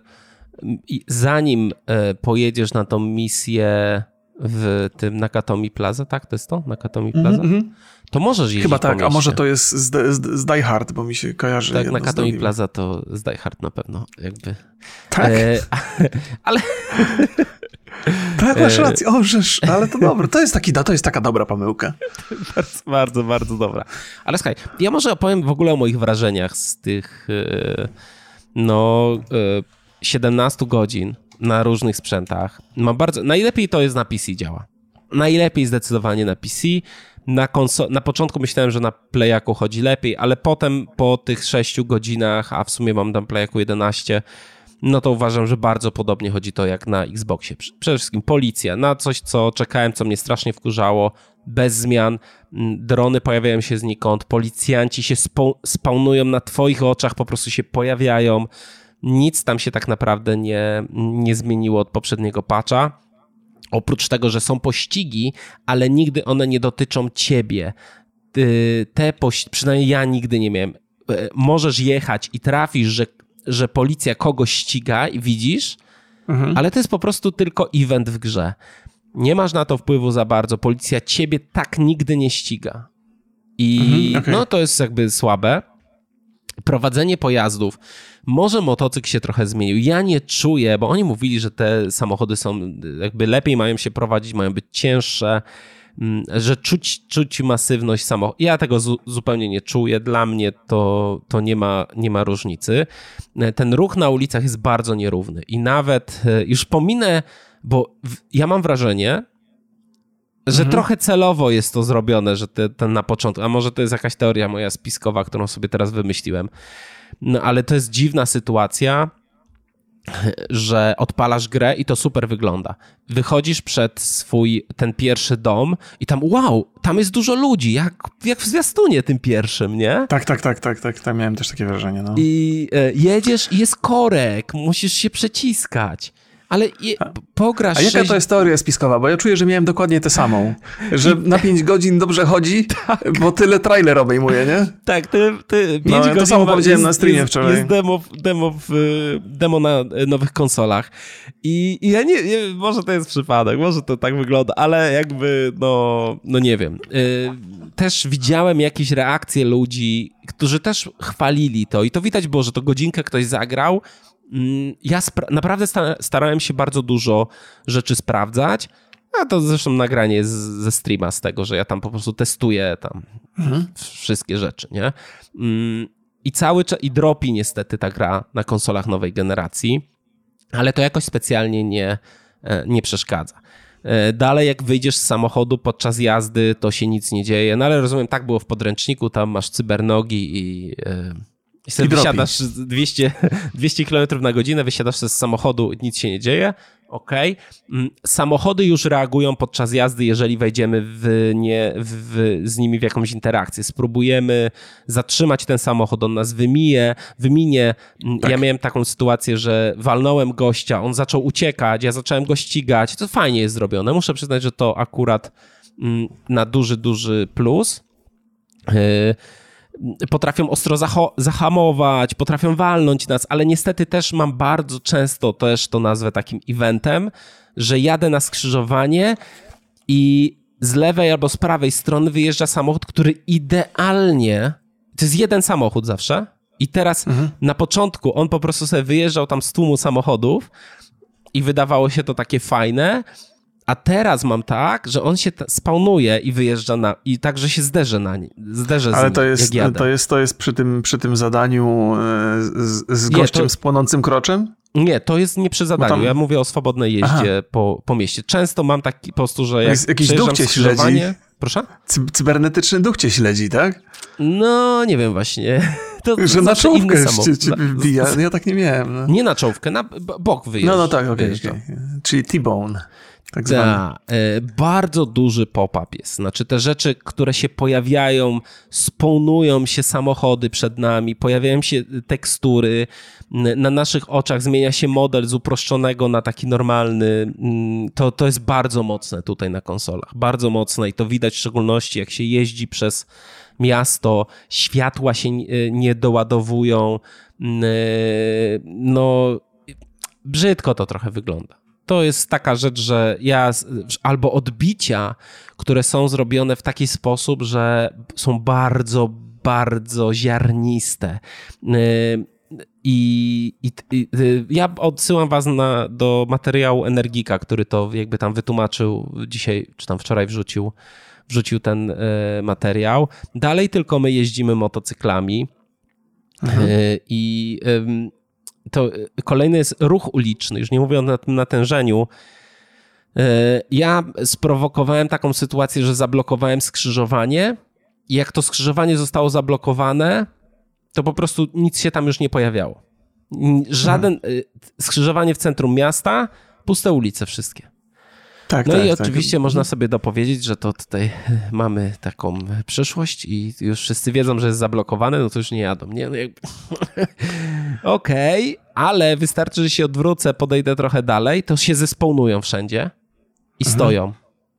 Speaker 2: zanim y, pojedziesz na tą misję w tym Nakatomi Plaza, tak? To jest to? Nakatomi Plaza? Mm-hmm. To możesz jeździć
Speaker 1: Chyba tak,
Speaker 2: po mieście.
Speaker 1: A może to jest z, z, z Die Hard, bo mi się kojarzy.
Speaker 2: Tak, Nakatomi Plaza to z Die Hard na pewno, jakby.
Speaker 1: Tak? E,
Speaker 2: ale...
Speaker 1: Tak, masz rację. O, żeż, ale to dobre. To jest, taki, to jest taka dobra pomyłka.
Speaker 2: bardzo, bardzo, bardzo dobra. Ale słuchaj, ja może opowiem w ogóle o moich wrażeniach z tych no siedemnastu godzin na różnych sprzętach. Mam bardzo, najlepiej to jest na P C działa. Najlepiej zdecydowanie na P C. Na, konso- na początku myślałem, że na Playaku chodzi lepiej, ale potem po tych sześciu godzinach, a w sumie mam na Playaku jedenaście, no to uważam, że bardzo podobnie chodzi to jak na Xboxie. Przede wszystkim policja, na coś, co czekałem, co mnie strasznie wkurzało, bez zmian, drony pojawiają się znikąd, policjanci się spo- spawnują na twoich oczach, po prostu się pojawiają, nic tam się tak naprawdę nie, nie zmieniło od poprzedniego patcha. Oprócz tego, że są pościgi, ale nigdy one nie dotyczą ciebie. Te pościgi, przynajmniej ja nigdy nie miałem. Możesz jechać i trafisz, że, że policja kogoś ściga i widzisz, mhm. ale to jest po prostu tylko event w grze. Nie masz na to wpływu za bardzo. Policja ciebie tak nigdy nie ściga. I mhm, okay. no to jest jakby słabe. Prowadzenie pojazdów. Może motocykl się trochę zmienił. Ja nie czuję, bo oni mówili, że te samochody są jakby lepiej mają się prowadzić, mają być cięższe, że czuć, czuć masywność samochodu. Ja tego zu, zupełnie nie czuję. Dla mnie to, to nie ma, nie ma różnicy. Ten ruch na ulicach jest bardzo nierówny i nawet już pominę, bo ja mam wrażenie, że mhm. trochę celowo jest to zrobione, że te, ten na początku, a może to jest jakaś teoria moja spiskowa, którą sobie teraz wymyśliłem, no ale to jest dziwna sytuacja, że odpalasz grę i to super wygląda. Wychodzisz przed swój, ten pierwszy dom i tam wow, tam jest dużo ludzi, jak, jak w zwiastunie tym pierwszym, nie?
Speaker 1: Tak, tak, tak, tak, tak, tam miałem też takie wrażenie, no.
Speaker 2: I e, jedziesz i jest korek, musisz się przeciskać. Ale je, pograsz...
Speaker 1: A jaka
Speaker 2: sześć...
Speaker 1: to jest teoria spiskowa? Bo ja czuję, że miałem dokładnie tę samą. Że na pięć godzin dobrze chodzi, tak. bo tyle trailer obejmuje, nie?
Speaker 2: Tak, ty, ty pięć
Speaker 1: no, ja
Speaker 2: godzin...
Speaker 1: to samo powiedziałem
Speaker 2: jest,
Speaker 1: na streamie
Speaker 2: jest,
Speaker 1: wczoraj.
Speaker 2: Jest demo, demo, w, demo na nowych konsolach. I, i ja nie, nie... Może to jest przypadek, może to tak wygląda, ale jakby, no, no nie wiem. Też widziałem jakieś reakcje ludzi, którzy też chwalili to i to widać było, że to godzinkę ktoś zagrał. Ja spra- naprawdę sta- starałem się bardzo dużo rzeczy sprawdzać, a to zresztą nagranie jest ze streama z tego, że ja tam po prostu testuję tam mhm. wszystkie rzeczy, nie? I cały czas, i dropi niestety ta gra na konsolach nowej generacji, ale to jakoś specjalnie nie, nie przeszkadza. Dalej, jak wyjdziesz z samochodu podczas jazdy, to się nic nie dzieje. No ale rozumiem, tak było w podręczniku, tam masz cybernogi i, i sobie I wysiadasz dwieście, dwieście kilometrów na godzinę, wysiadasz z samochodu, nic się nie dzieje. Okej. Okay. Samochody już reagują podczas jazdy, jeżeli wejdziemy w nie, w, z nimi w jakąś interakcję. Spróbujemy zatrzymać ten samochód, on nas wymije, wyminie. Tak. Ja miałem taką sytuację, że walnąłem gościa, on zaczął uciekać, ja zacząłem go ścigać. To fajnie jest zrobione. Muszę przyznać, że to akurat na duży, duży plus. Potrafią ostro zaho- zahamować, potrafią walnąć nas, ale niestety też mam bardzo często, też to nazwę takim eventem, że jadę na skrzyżowanie i z lewej albo z prawej strony wyjeżdża samochód, który idealnie, to jest jeden samochód zawsze i teraz mhm. na początku on po prostu sobie wyjeżdżał tam z tłumu samochodów i wydawało się to takie fajne, a teraz mam tak, że on się spawnuje i wyjeżdża na... I tak, że się zderzę na nie, zderzę
Speaker 1: Ale
Speaker 2: z nim,
Speaker 1: to jest,
Speaker 2: jak jadę.
Speaker 1: to jest, to jest przy tym, przy tym zadaniu z, z gościem nie, to... z płonącym kroczem?
Speaker 2: Nie, to jest nie przy zadaniu. Tam... Ja mówię o swobodnej jeździe po, po mieście. Często mam taki po prostu, że jak
Speaker 1: jakiś duch cię śledzi.
Speaker 2: Proszę?
Speaker 1: Cy- cybernetyczny duch cię śledzi, tak?
Speaker 2: No, nie wiem właśnie. To
Speaker 1: że na czołówkę cię, cię wbija. No, ja tak nie miałem. No.
Speaker 2: Nie na czołówkę, na bok wyjeżdża.
Speaker 1: No, no tak, okej. Okay, okay. Czyli T-bone. Tak
Speaker 2: Ta, e, bardzo duży pop-up jest. Znaczy te rzeczy, które się pojawiają, spawnują się samochody przed nami, pojawiają się tekstury, na naszych oczach zmienia się model z uproszczonego na taki normalny. To, to jest bardzo mocne tutaj na konsolach. Bardzo mocne i to widać w szczególności jak się jeździ przez miasto, światła się nie doładowują. No, brzydko to trochę wygląda. To jest taka rzecz, że ja albo odbicia, które są zrobione w taki sposób, że są bardzo, bardzo ziarniste. I, i, i ja odsyłam was na, do materiału Energika, który to jakby tam wytłumaczył dzisiaj, czy tam wczoraj wrzucił, wrzucił ten materiał. Dalej tylko my jeździmy motocyklami. Mhm. I to kolejny jest ruch uliczny, już nie mówię o tym natężeniu. Ja sprowokowałem taką sytuację, że zablokowałem skrzyżowanie i jak to skrzyżowanie zostało zablokowane, to po prostu nic się tam już nie pojawiało. Żaden hmm. skrzyżowanie w centrum miasta, puste ulice wszystkie. Tak, no tak, i oczywiście tak. można sobie dopowiedzieć, że to tutaj mamy taką przyszłość i już wszyscy wiedzą, że jest zablokowane, no to już nie jadą. Nie? No jakby... Okej, okay, ale wystarczy, że się odwrócę, podejdę trochę dalej, to się zespawnują wszędzie i mhm. stoją.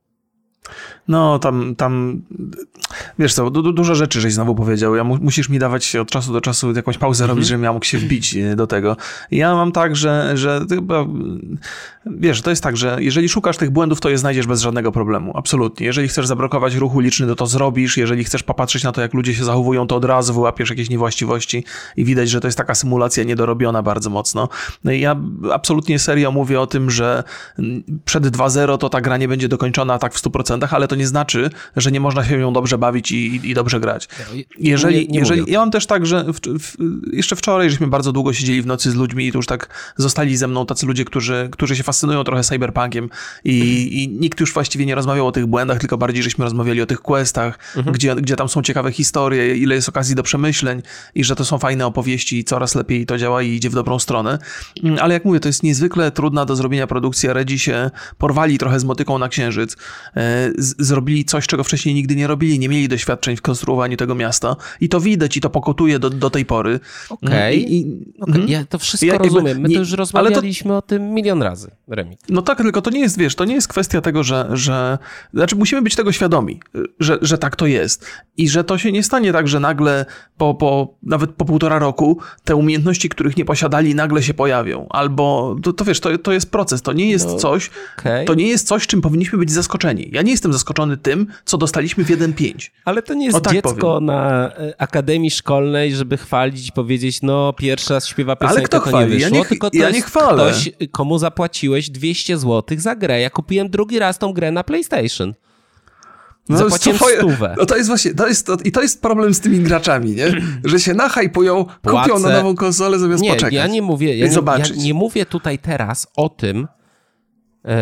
Speaker 1: No, tam, tam, wiesz co, du- dużo rzeczy, żeś znowu powiedział. Ja mu- musisz mi dawać od czasu do czasu jakąś pauzę robić, żebym ja mógł się wbić do tego. I ja mam tak, że, że chyba, wiesz, to jest tak, że jeżeli szukasz tych błędów, to je znajdziesz bez żadnego problemu. Absolutnie. Jeżeli chcesz zablokować ruch uliczny, to to zrobisz. Jeżeli chcesz popatrzeć na to, jak ludzie się zachowują, to od razu wyłapiesz jakieś niewłaściwości i widać, że to jest taka symulacja niedorobiona bardzo mocno. No i ja absolutnie serio mówię o tym, że przed dwa zero to ta gra nie będzie dokończona tak w stu procentach, ale to nie znaczy, że nie można się ją dobrze bawić i, i, i dobrze grać. Jeżeli, nie, nie jeżeli ja mam też tak, że w, w, jeszcze wczoraj żeśmy bardzo długo siedzieli w nocy z ludźmi i to już tak zostali ze mną tacy ludzie, którzy, którzy się fascynują trochę cyberpunkiem i, i nikt już właściwie nie rozmawiał o tych błędach, tylko bardziej żeśmy rozmawiali o tych questach, mhm. gdzie, gdzie tam są ciekawe historie, ile jest okazji do przemyśleń i że to są fajne opowieści i coraz lepiej to działa i idzie w dobrą stronę. Ale jak mówię, to jest niezwykle trudna do zrobienia produkcja. Redzi się porwali trochę z motyką na księżyc. Z, zrobili coś, czego wcześniej nigdy nie robili, nie mieli doświadczeń w konstruowaniu tego miasta i to widać i to pokutuje do, do tej pory.
Speaker 2: Okej, okay. okay. ja to wszystko ja, rozumiem, my nie, to już rozmawialiśmy to, o tym milion razy, Remik.
Speaker 1: No tak, tylko to nie jest, wiesz, to nie jest kwestia tego, że, że znaczy musimy być tego świadomi, że, że tak to jest i że to się nie stanie tak, że nagle po, po nawet po półtora roku te umiejętności, których nie posiadali, nagle się pojawią, albo to, to wiesz, to, to jest proces, to nie jest no, coś, okay. to nie jest coś, czym powinniśmy być zaskoczeni. Ja nie jestem zaskoczony tym, co dostaliśmy w jeden pięć.
Speaker 2: Ale to nie jest tak dziecko powiem. na akademii szkolnej, żeby chwalić i powiedzieć, no pierwszy raz śpiewa piosenkę,
Speaker 1: ale kto
Speaker 2: to
Speaker 1: chwali?
Speaker 2: nie wyszło,
Speaker 1: ja nie,
Speaker 2: tylko to
Speaker 1: ja
Speaker 2: jest
Speaker 1: nie chwalę.
Speaker 2: Ktoś, komu zapłaciłeś dwieście złotych za grę. Ja kupiłem drugi raz tą grę na PlayStation. No, zapłaciłem stówę.
Speaker 1: No to jest właśnie, to jest, to, i to jest problem z tymi graczami, nie? Że się nachajpują,
Speaker 2: Płacę.
Speaker 1: kupią na nową konsolę zamiast
Speaker 2: nie,
Speaker 1: poczekać.
Speaker 2: Ja nie mówię, ja nie, ja nie mówię tutaj teraz o tym, e,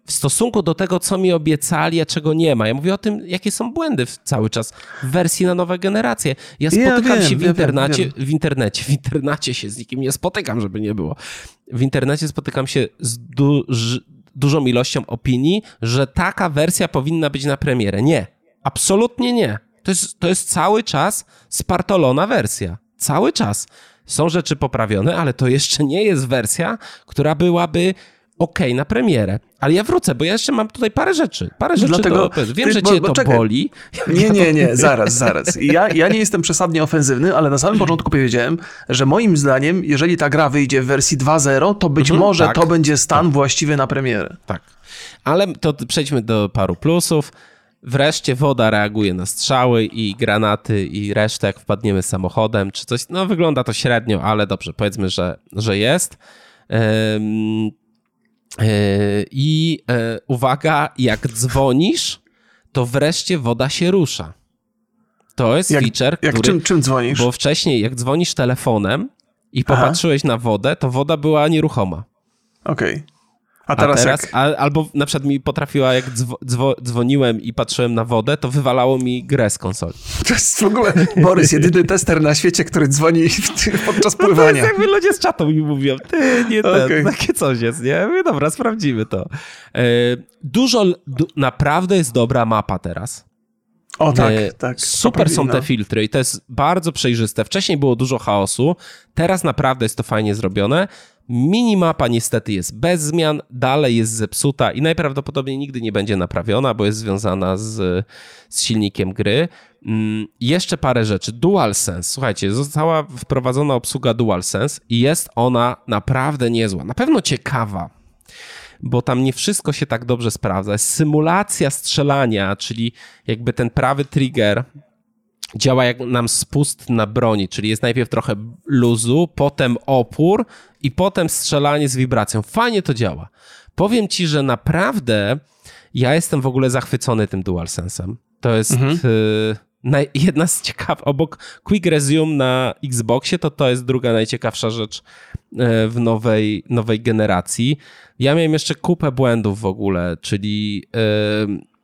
Speaker 2: w stosunku do tego, co mi obiecali, a czego nie ma. Ja mówię o tym, jakie są błędy w, cały czas w wersji na nowe generacje. Ja spotykam ja wiem, się w, ja internacie, wiem, wiem. w internecie, w internecie się z nikim nie spotykam, żeby nie było. W internecie spotykam się z duż, dużą ilością opinii, że taka wersja powinna być na premierę. Nie, absolutnie nie. To jest, to jest cały czas spartolona wersja. Cały czas. Są rzeczy poprawione, ale to jeszcze nie jest wersja, która byłaby okej okay na premierę. Ale ja wrócę, bo ja jeszcze mam tutaj parę rzeczy. Parę rzeczy
Speaker 1: Dlatego,
Speaker 2: do... Wiem,
Speaker 1: ty,
Speaker 2: że
Speaker 1: bo,
Speaker 2: cię
Speaker 1: bo
Speaker 2: to
Speaker 1: czekaj.
Speaker 2: boli.
Speaker 1: Nie, nie, nie, zaraz, zaraz. Ja, ja nie jestem przesadnie ofensywny, ale na samym początku powiedziałem, że moim zdaniem, jeżeli ta gra wyjdzie w wersji dwa zero, to być mhm, może tak, to będzie stan tak. właściwy na premierę.
Speaker 2: Tak. Ale to przejdźmy do paru plusów. Wreszcie woda reaguje na strzały i granaty i resztę, jak wpadniemy samochodem czy coś. No wygląda to średnio, ale dobrze, powiedzmy, że, że jest. Um, I e, uwaga, jak dzwonisz, to wreszcie woda się rusza. To jest
Speaker 1: jak,
Speaker 2: feature,
Speaker 1: jak
Speaker 2: który...
Speaker 1: Czym, czym dzwonisz?
Speaker 2: Bo wcześniej, jak dzwonisz telefonem i popatrzyłeś Aha. na wodę, to woda była nieruchoma.
Speaker 1: Okej. Okay. A teraz, a teraz jak?
Speaker 2: A, albo na przykład mi potrafiła, jak dzwo, dzwo, dzwoniłem i patrzyłem na wodę, to wywalało mi grę z konsoli.
Speaker 1: To jest w ogóle, Borys, jedyny tester na świecie, który dzwoni podczas pływania. No to
Speaker 2: jest jakby ludzie z czatu mi mówią, ty, nie ten, okay. takie coś jest, nie? Mówię, dobra, sprawdzimy to. Dużo, du, naprawdę jest dobra mapa teraz.
Speaker 1: O tak, tak.
Speaker 2: Super są te filtry i to jest bardzo przejrzyste. Wcześniej było dużo chaosu, teraz naprawdę jest to fajnie zrobione. Minimapa niestety jest bez zmian, dalej jest zepsuta i najprawdopodobniej nigdy nie będzie naprawiona, bo jest związana z, z silnikiem gry. Mm, jeszcze parę rzeczy. DualSense. Słuchajcie, została wprowadzona obsługa DualSense i jest ona naprawdę niezła. Na pewno ciekawa, bo tam nie wszystko się tak dobrze sprawdza. Jest symulacja strzelania, czyli jakby ten prawy trigger działa jak nam spust na broni, czyli jest najpierw trochę luzu, potem opór i potem strzelanie z wibracją. Fajnie to działa. Powiem ci, że naprawdę ja jestem w ogóle zachwycony tym DualSense'em. To jest mhm. y, naj, jedna z ciekawych, obok Quick Resume na Xboxie, to to jest druga najciekawsza rzecz y, w nowej, nowej generacji. Ja miałem jeszcze kupę błędów w ogóle, czyli... Y,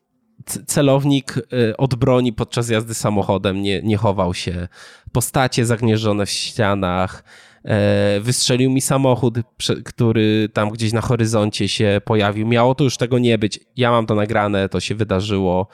Speaker 2: celownik od broni podczas jazdy samochodem nie, nie chował się. Postacie zagnieżone w ścianach. Wystrzelił mi samochód, który tam gdzieś na horyzoncie się pojawił. Miało to już tego nie być. Ja mam to nagrane, to się wydarzyło.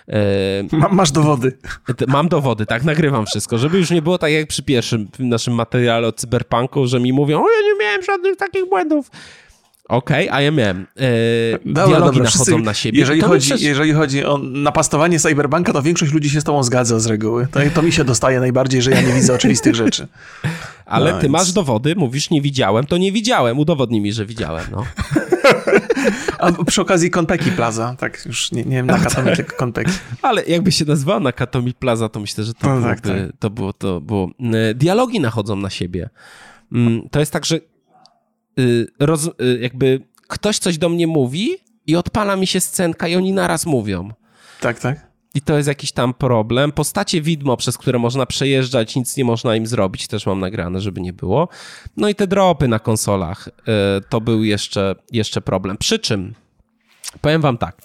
Speaker 1: Masz dowody.
Speaker 2: Mam dowody, tak, nagrywam wszystko. Żeby już nie było tak jak przy pierwszym naszym materiale o cyberpunku, że mi mówią, o ja nie miałem żadnych takich błędów. Okej, okay, a ja miałem. Yy, dobra, dialogi dobra, nachodzą wszyscy, na siebie.
Speaker 1: Jeżeli chodzi, przecież... jeżeli chodzi o napastowanie Cyberpunka, to większość ludzi się z tobą zgadza z reguły. To, to mi się dostaje najbardziej, że ja nie widzę oczywistych rzeczy.
Speaker 2: Ale no ty więc... masz dowody, mówisz nie widziałem, to nie widziałem. Udowodnij mi, że widziałem. No.
Speaker 1: A przy okazji Konpeki Plaza, tak już nie, nie wiem, Nakatomi, tylko Konpeki.
Speaker 2: Ale jakby się nazwała Nakatomi Plaza, to myślę, że to, no byłoby, tak, tak. to było, to było. Dialogi nachodzą na siebie. To jest tak, że Roz, jakby ktoś coś do mnie mówi i odpala mi się scenka i oni naraz mówią.
Speaker 1: Tak, tak.
Speaker 2: I to jest jakiś tam problem. Postacie widmo, przez które można przejeżdżać, nic nie można im zrobić, też mam nagrane, żeby nie było. No i te dropy na konsolach, to był jeszcze, jeszcze problem. Przy czym, powiem wam tak,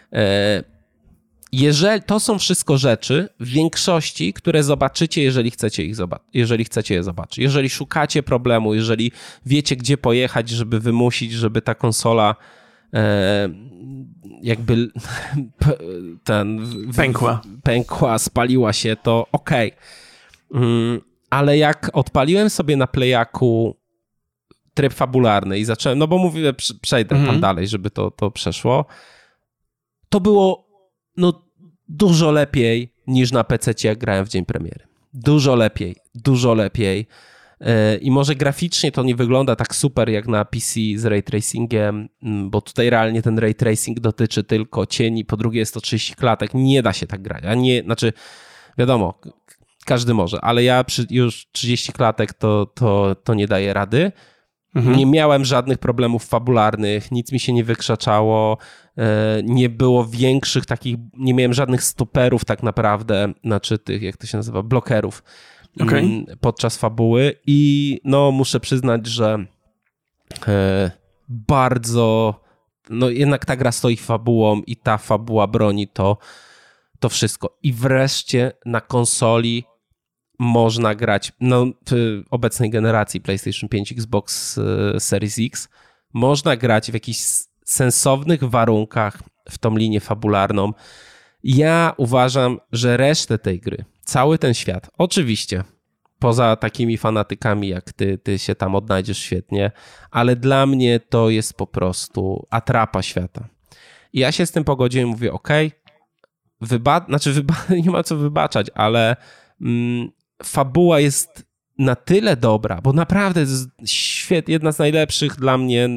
Speaker 2: jeżeli, to są wszystko rzeczy w większości, które zobaczycie, jeżeli chcecie ich zobaczyć, jeżeli chcecie je zobaczyć. Jeżeli szukacie problemu, jeżeli wiecie, gdzie pojechać, żeby wymusić, żeby ta konsola e, jakby ten
Speaker 1: pękła.
Speaker 2: pękła, spaliła się, to okej. Okay. Mm, ale jak odpaliłem sobie na Playaku tryb fabularny i zacząłem, no bo mówię, przejdę mhm. tam dalej, żeby to, to przeszło, to było no dużo lepiej niż na pececie, jak grałem w dzień premiery. Dużo lepiej, dużo lepiej. I może graficznie to nie wygląda tak super jak na P C z ray tracingiem, bo tutaj realnie ten ray tracing dotyczy tylko cieni, po drugie jest to trzydzieści klatek, nie da się tak grać. A nie, znaczy, wiadomo, każdy może, ale ja przy już trzydzieści klatek to, to, to nie daje rady. Mhm. Nie miałem żadnych problemów fabularnych, nic mi się nie wykrzaczało, nie było większych takich, nie miałem żadnych stoperów tak naprawdę, znaczy tych, jak to się nazywa, blokerów okay. podczas fabuły i no muszę przyznać, że bardzo no jednak ta gra stoi fabułą i ta fabuła broni to, to wszystko. I wreszcie na konsoli można grać, no w obecnej generacji PlayStation pięć, Xbox Series X, można grać w jakichś sensownych warunkach w tą linię fabularną. Ja uważam, że resztę tej gry, cały ten świat, oczywiście, poza takimi fanatykami jak ty, ty się tam odnajdziesz świetnie, ale dla mnie to jest po prostu atrapa świata. I ja się z tym pogodziłem i mówię, okej, okay, wyba- znaczy wyba- nie ma co wybaczać, ale mm, fabuła jest na tyle dobra, bo naprawdę jest świet, jedna z najlepszych dla mnie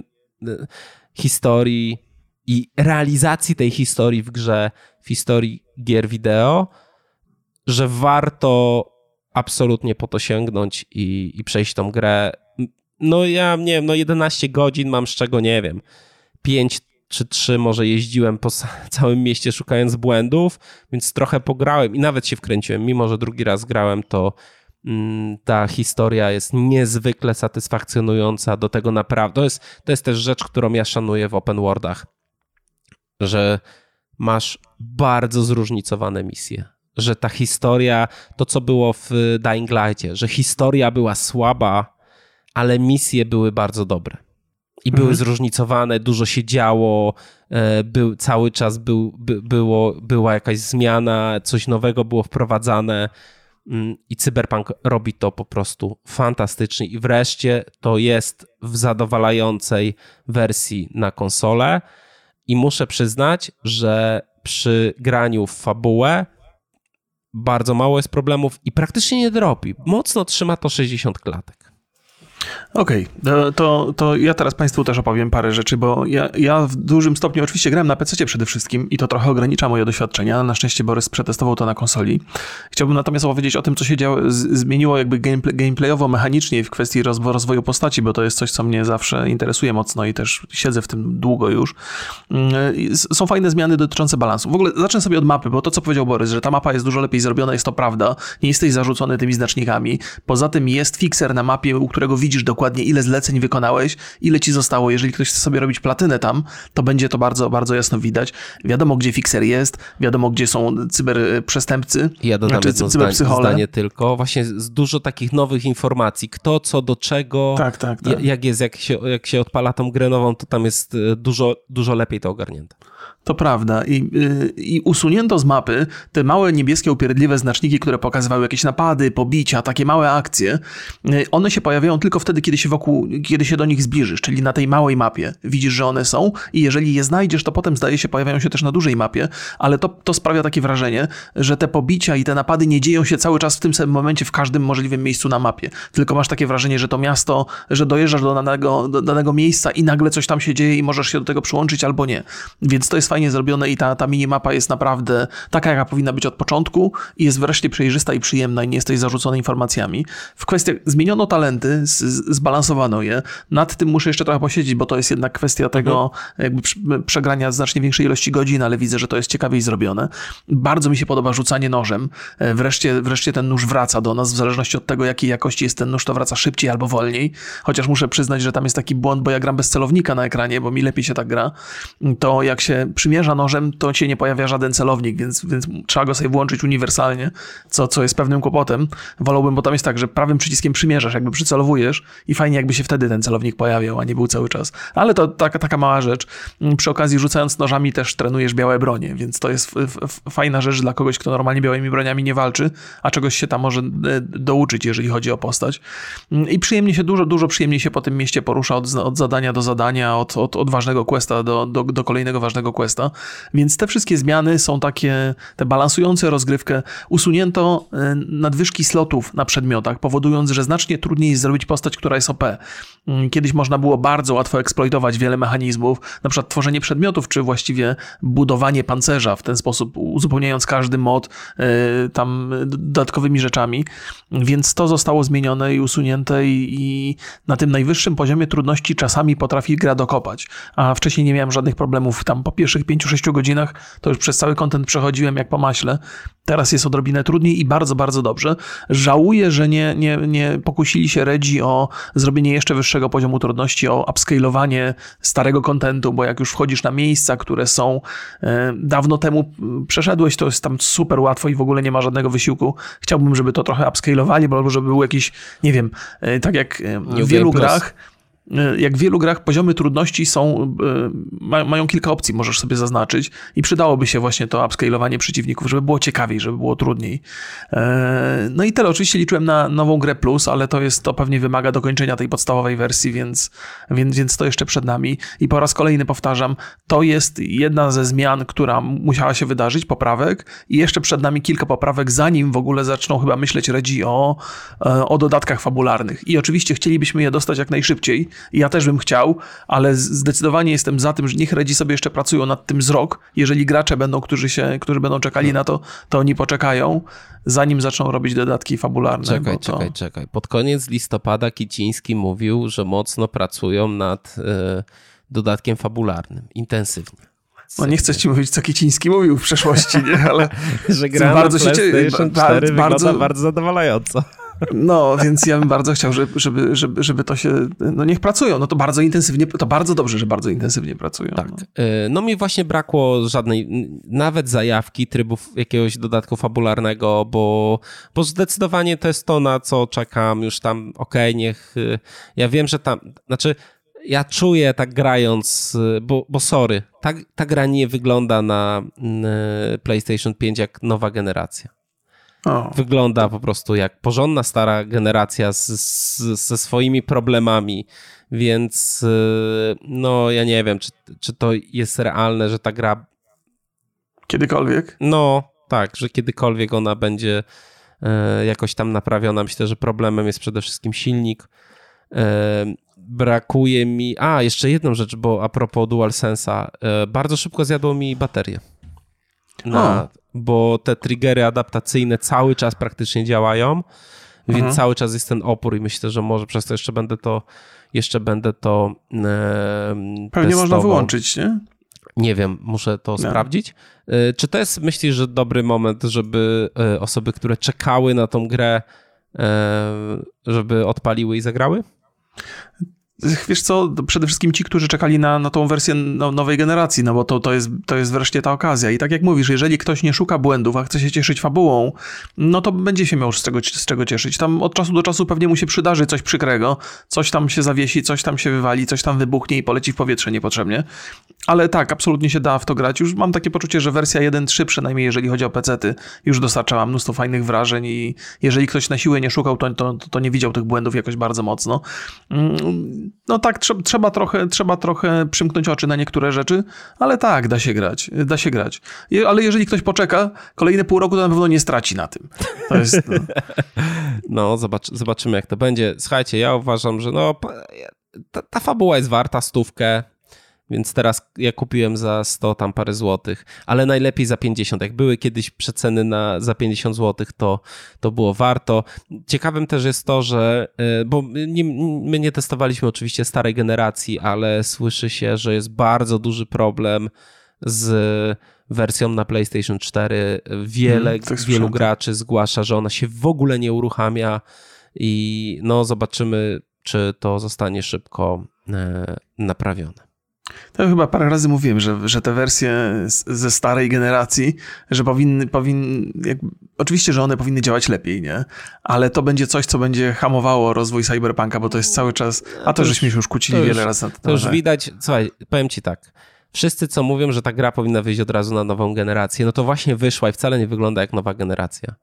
Speaker 2: historii i realizacji tej historii w grze, w historii gier wideo, że warto absolutnie po to sięgnąć i, i przejść tą grę. No ja nie wiem, no jedenaście godzin mam, z czego nie wiem, pięć czy trzy może jeździłem po całym mieście szukając błędów, więc trochę pograłem i nawet się wkręciłem. Mimo że drugi raz grałem, to mm, ta historia jest niezwykle satysfakcjonująca. Do tego naprawdę, to jest, to jest też rzecz, którą ja szanuję w open worldach, że masz bardzo zróżnicowane misje. Że ta historia, to co było w Dying Lightie, że historia była słaba, ale misje były bardzo dobre. I były mhm. zróżnicowane, dużo się działo, był, cały czas był, by, było, była jakaś zmiana, coś nowego było wprowadzane i Cyberpunk robi to po prostu fantastycznie i wreszcie to jest w zadowalającej wersji na konsolę i muszę przyznać, że przy graniu w fabułę bardzo mało jest problemów i praktycznie nie dropi. Mocno trzyma to sześćdziesiąt klatek.
Speaker 1: Okej, okay. to, to ja teraz Państwu też opowiem parę rzeczy, bo ja, ja w dużym stopniu oczywiście grałem na pececie przede wszystkim i to trochę ogranicza moje doświadczenia. Na szczęście Borys przetestował to na konsoli. Chciałbym natomiast opowiedzieć o tym, co się działo, z, zmieniło jakby gameplay, gameplayowo, mechanicznie w kwestii rozwo- rozwoju postaci, bo to jest coś, co mnie zawsze interesuje mocno i też siedzę w tym długo już. Są fajne zmiany dotyczące balansu. W ogóle zacznę sobie od mapy, bo to, co powiedział Borys, że ta mapa jest dużo lepiej zrobiona, jest to prawda. Nie jesteś zarzucony tymi znacznikami. Poza tym jest fixer na mapie, u którego widzisz dokładnie, ile zleceń wykonałeś, ile ci zostało. Jeżeli ktoś chce sobie robić platynę tam, to będzie to bardzo, bardzo jasno widać. Wiadomo, gdzie fixer jest, wiadomo, gdzie są cyberprzestępcy.
Speaker 2: Ja dodam znaczy, jedno zdanie, zdanie tylko. Właśnie z dużo takich nowych informacji. Kto, co, do czego,
Speaker 1: tak, tak, tak.
Speaker 2: jak jest, jak się, jak się odpala tą grę nową, to tam jest dużo, dużo lepiej to ogarnięte.
Speaker 1: To prawda. I, yy, I usunięto z mapy te małe niebieskie upierdliwe znaczniki, które pokazywały jakieś napady, pobicia, takie małe akcje. Yy, one się pojawiają tylko wtedy, kiedy się wokół, kiedy się do nich zbliżysz, czyli na tej małej mapie. Widzisz, że one są i jeżeli je znajdziesz, to potem zdaje się pojawiają się też na dużej mapie, ale to, to sprawia takie wrażenie, że te pobicia i te napady nie dzieją się cały czas w tym samym momencie, w każdym możliwym miejscu na mapie. Tylko masz takie wrażenie, że to miasto, że dojeżdżasz do danego, do danego miejsca i nagle coś tam się dzieje i możesz się do tego przyłączyć albo nie. Więc to jest fajnie zrobione i ta, ta minimapa jest naprawdę taka, jaka powinna być od początku i jest wreszcie przejrzysta i przyjemna i nie jesteś zarzucony informacjami. W kwestiach zmieniono talenty, z, zbalansowano je. Nad tym muszę jeszcze trochę posiedzieć, bo to jest jednak kwestia tego jakby przegrania znacznie większej ilości godzin, ale widzę, że to jest ciekawiej zrobione. Bardzo mi się podoba rzucanie nożem. Wreszcie, wreszcie ten nóż wraca do nas, w zależności od tego, jakiej jakości jest ten nóż, to wraca szybciej albo wolniej. Chociaż muszę przyznać, że tam jest taki błąd, bo ja gram bez celownika na ekranie, bo mi lepiej się tak gra. To jak się przymierza nożem, to cię nie pojawia żaden celownik, więc, więc trzeba go sobie włączyć uniwersalnie, co, co jest pewnym kłopotem. Wolałbym, bo tam jest tak, że prawym przyciskiem przymierzasz, jakby przycelowujesz i fajnie jakby się wtedy ten celownik pojawiał, a nie był cały czas. Ale to taka, taka mała rzecz. Przy okazji rzucając nożami też trenujesz białe bronie, więc to jest f- f- fajna rzecz dla kogoś, kto normalnie białymi broniami nie walczy, a czegoś się tam może douczyć, jeżeli chodzi o postać. I przyjemnie się, dużo, dużo przyjemniej się po tym mieście porusza od, od zadania do zadania, od, od, od ważnego questa do, do, do kolejnego ważnego questa. Więc te wszystkie zmiany są takie, te balansujące rozgrywkę. Usunięto nadwyżki slotów na przedmiotach, powodując, że znacznie trudniej jest zrobić postać, która jest O P. Kiedyś można było bardzo łatwo eksploitować wiele mechanizmów, na przykład tworzenie przedmiotów, czy właściwie budowanie pancerza w ten sposób, uzupełniając każdy mod y, tam dodatkowymi rzeczami. Więc to zostało zmienione i usunięte i, i na tym najwyższym poziomie trudności czasami potrafi gra dokopać. A wcześniej nie miałem żadnych problemów tam po pierwszych pierwszych pięciu sześciu godzinach to już przez cały content przechodziłem jak po maśle. Teraz jest odrobinę trudniej i bardzo, bardzo dobrze. Żałuję, że nie, nie, nie pokusili się Redzi o zrobienie jeszcze wyższego poziomu trudności, o upscalowanie starego contentu, bo jak już wchodzisz na miejsca, które są e, dawno temu przeszedłeś, to jest tam super łatwo i w ogóle nie ma żadnego wysiłku. Chciałbym, żeby to trochę upscalowali, bo żeby był jakiś, nie wiem, e, tak jak e, w wielu grach, jak w wielu grach poziomy trudności są, ma, mają kilka opcji, możesz sobie zaznaczyć i przydałoby się właśnie to upscalowanie przeciwników, żeby było ciekawiej, żeby było trudniej. No i tyle. Oczywiście liczyłem na nową grę plus, ale to jest, to pewnie wymaga dokończenia tej podstawowej wersji, więc, więc, więc to jeszcze przed nami. I po raz kolejny powtarzam, to jest jedna ze zmian, która musiała się wydarzyć, poprawek i jeszcze przed nami kilka poprawek, zanim w ogóle zaczną chyba myśleć Redzi o, o dodatkach fabularnych. I oczywiście chcielibyśmy je dostać jak najszybciej. Ja też bym chciał, ale zdecydowanie jestem za tym, że niech Redzi sobie jeszcze pracują nad tym z rok. Jeżeli gracze będą, którzy się, którzy będą czekali na to, to oni poczekają, zanim zaczną robić dodatki fabularne.
Speaker 2: Czekaj,
Speaker 1: to...
Speaker 2: czekaj, czekaj. Pod koniec listopada Kiciński mówił, że mocno pracują nad y, dodatkiem fabularnym, intensywnie.
Speaker 1: No nie chcę ci mówić, co Kiciński mówił w przeszłości, nie? Ale
Speaker 2: że gra
Speaker 1: bardzo
Speaker 2: na
Speaker 1: się
Speaker 2: PlayStation
Speaker 1: ba-
Speaker 2: cztery
Speaker 1: bardzo,
Speaker 2: wygląda bardzo zadowalająco.
Speaker 1: No, więc ja bym bardzo chciał, żeby, żeby, żeby, żeby to się, no niech pracują, no to bardzo intensywnie, to bardzo dobrze, że bardzo intensywnie pracują.
Speaker 2: Tak,
Speaker 1: no.
Speaker 2: no mi właśnie brakło żadnej, nawet zajawki, trybów jakiegoś dodatku fabularnego, bo, bo zdecydowanie to jest to, na co czekam już tam, okej, okay, niech, ja wiem, że tam, znaczy ja czuję tak grając, bo, bo sorry, ta, ta gra nie wygląda na PlayStation pięć jak nowa generacja.
Speaker 1: O.
Speaker 2: Wygląda po prostu jak porządna stara generacja z, z, ze swoimi problemami, więc no ja nie wiem, czy, czy to jest realne, że ta gra...
Speaker 1: Kiedykolwiek?
Speaker 2: No tak, że kiedykolwiek ona będzie e, jakoś tam naprawiona. Myślę, że problemem jest przede wszystkim silnik. E, brakuje mi... A, jeszcze jedną rzecz, bo a propos DualSense'a, e, bardzo szybko zjadło mi baterię. Na... bo te triggery adaptacyjne cały czas praktycznie działają, więc mhm. cały czas jest ten opór i myślę, że może przez to jeszcze będę to jeszcze będę to e,
Speaker 1: Pewnie
Speaker 2: testował.
Speaker 1: można wyłączyć, nie?
Speaker 2: Nie wiem, muszę to no. sprawdzić. E, czy to jest, myślisz, że dobry moment, żeby e, osoby, które czekały na tą grę, e, żeby odpaliły i zagrały?
Speaker 1: Wiesz co, przede wszystkim ci, którzy czekali na, na tą wersję no, nowej generacji, no bo to, to, jest, to jest wreszcie ta okazja. I tak jak mówisz, jeżeli ktoś nie szuka błędów, a chce się cieszyć fabułą, no to będzie się miał z czego, z czego cieszyć. Tam od czasu do czasu pewnie mu się przydarzy coś przykrego, coś tam się zawiesi, coś tam się wywali, coś tam wybuchnie i poleci w powietrze niepotrzebnie. Ale tak, absolutnie się da w to grać. Już mam takie poczucie, że wersja jeden kropka trzy, przynajmniej jeżeli chodzi o pecety, już dostarczała mnóstwo fajnych wrażeń i jeżeli ktoś na siłę nie szukał, to, to, to nie widział tych błędów jakoś bardzo mocno. No tak, trzeba, trzeba, trochę, trzeba trochę przymknąć oczy na niektóre rzeczy, ale tak, da się grać, da się grać. Je, ale jeżeli ktoś poczeka kolejne pół roku, to na pewno nie straci na tym. To jest... No,
Speaker 2: no zobacz, zobaczymy jak to będzie. Słuchajcie, ja uważam, że no, ta, ta fabuła jest warta stówkę, więc teraz ja kupiłem za sto tam parę złotych, ale najlepiej za pięćdziesiąt. Jak były kiedyś przeceny na, za pięćdziesiąt złotych, to, to było warto. Ciekawym też jest to, że, bo nie, my nie testowaliśmy oczywiście starej generacji, ale słyszy się, że jest bardzo duży problem z wersją na PlayStation cztery. Wiele, hmm, wielu graczy zgłasza, że ona się w ogóle nie uruchamia i no zobaczymy, czy to zostanie szybko e, naprawione.
Speaker 1: To ja chyba parę razy mówiłem, że, że te wersje ze starej generacji, że powinny, powinny jak, oczywiście, że one powinny działać lepiej, nie? Ale to będzie coś, co będzie hamowało rozwój Cyberpunka, bo to jest cały czas, a to, to żeśmy się już kłócili wiele już, razy. Na to,
Speaker 2: to już widać, słuchaj, powiem ci tak, wszyscy co mówią, że ta gra powinna wyjść od razu na nową generację, no to właśnie wyszła i wcale nie wygląda jak nowa generacja.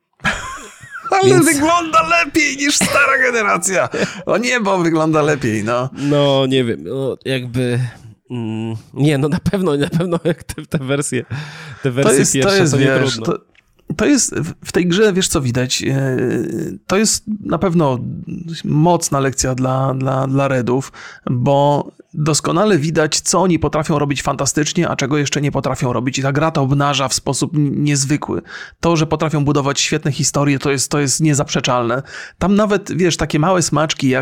Speaker 1: Ale Więc... wygląda lepiej niż stara generacja. O niebo wygląda lepiej, no.
Speaker 2: No, nie wiem, no, jakby... Mm, nie, no na pewno, na pewno jak te, te wersje, te wersje
Speaker 1: to jest,
Speaker 2: pierwsze
Speaker 1: to jest,
Speaker 2: są
Speaker 1: wiesz,
Speaker 2: nietrudno.
Speaker 1: To, to jest, w tej grze, wiesz co widać, to jest na pewno mocna lekcja dla, dla, dla Redów, bo doskonale widać, co oni potrafią robić fantastycznie, a czego jeszcze nie potrafią robić. I ta gra to obnaża w sposób niezwykły. To, że potrafią budować świetne historie, to jest, to jest niezaprzeczalne. Tam nawet, wiesz, takie małe smaczki, jak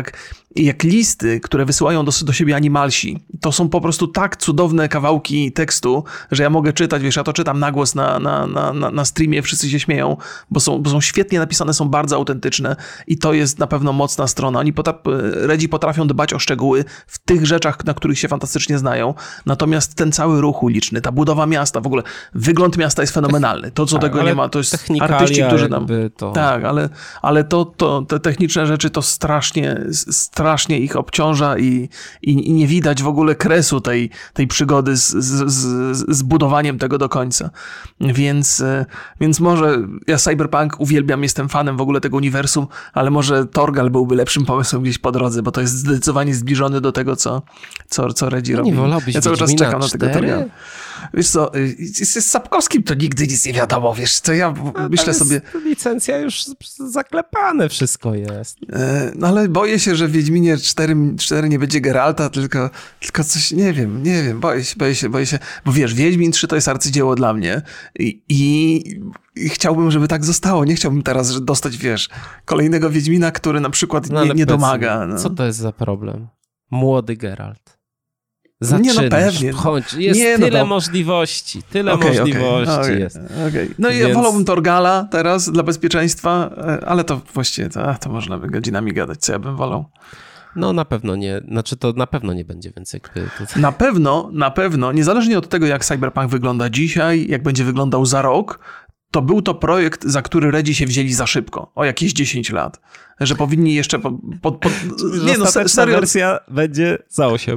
Speaker 1: I jak listy, które wysyłają do, do siebie animalsi, to są po prostu tak cudowne kawałki tekstu, że ja mogę czytać, wiesz, ja to czytam na głos na, na, na, na streamie, wszyscy się śmieją, bo są, bo są świetnie napisane, są bardzo autentyczne i to jest na pewno mocna strona. Oni potraf, Redzi potrafią dbać o szczegóły w tych rzeczach, na których się fantastycznie znają, natomiast ten cały ruch uliczny, ta budowa miasta, w ogóle wygląd miasta jest fenomenalny. To, co tak, tego nie ma, to jest artyści, którzy nam... To... Tak, ale, ale to, to, te techniczne rzeczy to strasznie, strasznie ich obciąża i, i, i nie widać w ogóle kresu tej, tej przygody z, z, z, z budowaniem tego do końca. Więc, więc może ja Cyberpunk uwielbiam, jestem fanem w ogóle tego uniwersum, ale może Torgal byłby lepszym pomysłem gdzieś po drodze, bo to jest zdecydowanie zbliżony do tego, co, co, co Redzi robi.
Speaker 2: Nie wolałbyś
Speaker 1: ja cały czas czekam na tego Torgala. Wiesz co, z Sapkowskim to nigdy nic nie wiadomo, wiesz co, ja no, myślę sobie...
Speaker 2: Licencja już zaklepane wszystko jest.
Speaker 1: No ale boję się, że w Wiedźminie cztery, cztery nie będzie Geralta, tylko, tylko coś, nie wiem, nie wiem, boję się, boję się, boję się, bo wiesz, Wiedźmin trzy to jest arcydzieło dla mnie i, i, i chciałbym, żeby tak zostało, nie chciałbym teraz dostać, wiesz, kolejnego Wiedźmina, który na przykład no, nie, nie domaga. No.
Speaker 2: Co to jest za problem? Młody Geralt. Zaczynasz,
Speaker 1: nie, no pewnie.
Speaker 2: Wchodź. Jest nie, no tyle to... możliwości, tyle okay, możliwości
Speaker 1: okay,
Speaker 2: jest.
Speaker 1: Okay. No Więc... i ja wolałbym Torgala teraz dla bezpieczeństwa, ale to właściwie to, to można by godzinami gadać, co ja bym wolał.
Speaker 2: No na pewno nie, znaczy to na pewno nie będzie więcej.
Speaker 1: Na pewno, na pewno, niezależnie od tego, jak Cyberpunk wygląda dzisiaj, jak będzie wyglądał za rok, to był to projekt, za który Redzi się wzięli za szybko, o jakieś dziesięć lat. Że powinni jeszcze... Po, po, po...
Speaker 2: Nie, no serio. Wersja będzie za osiem.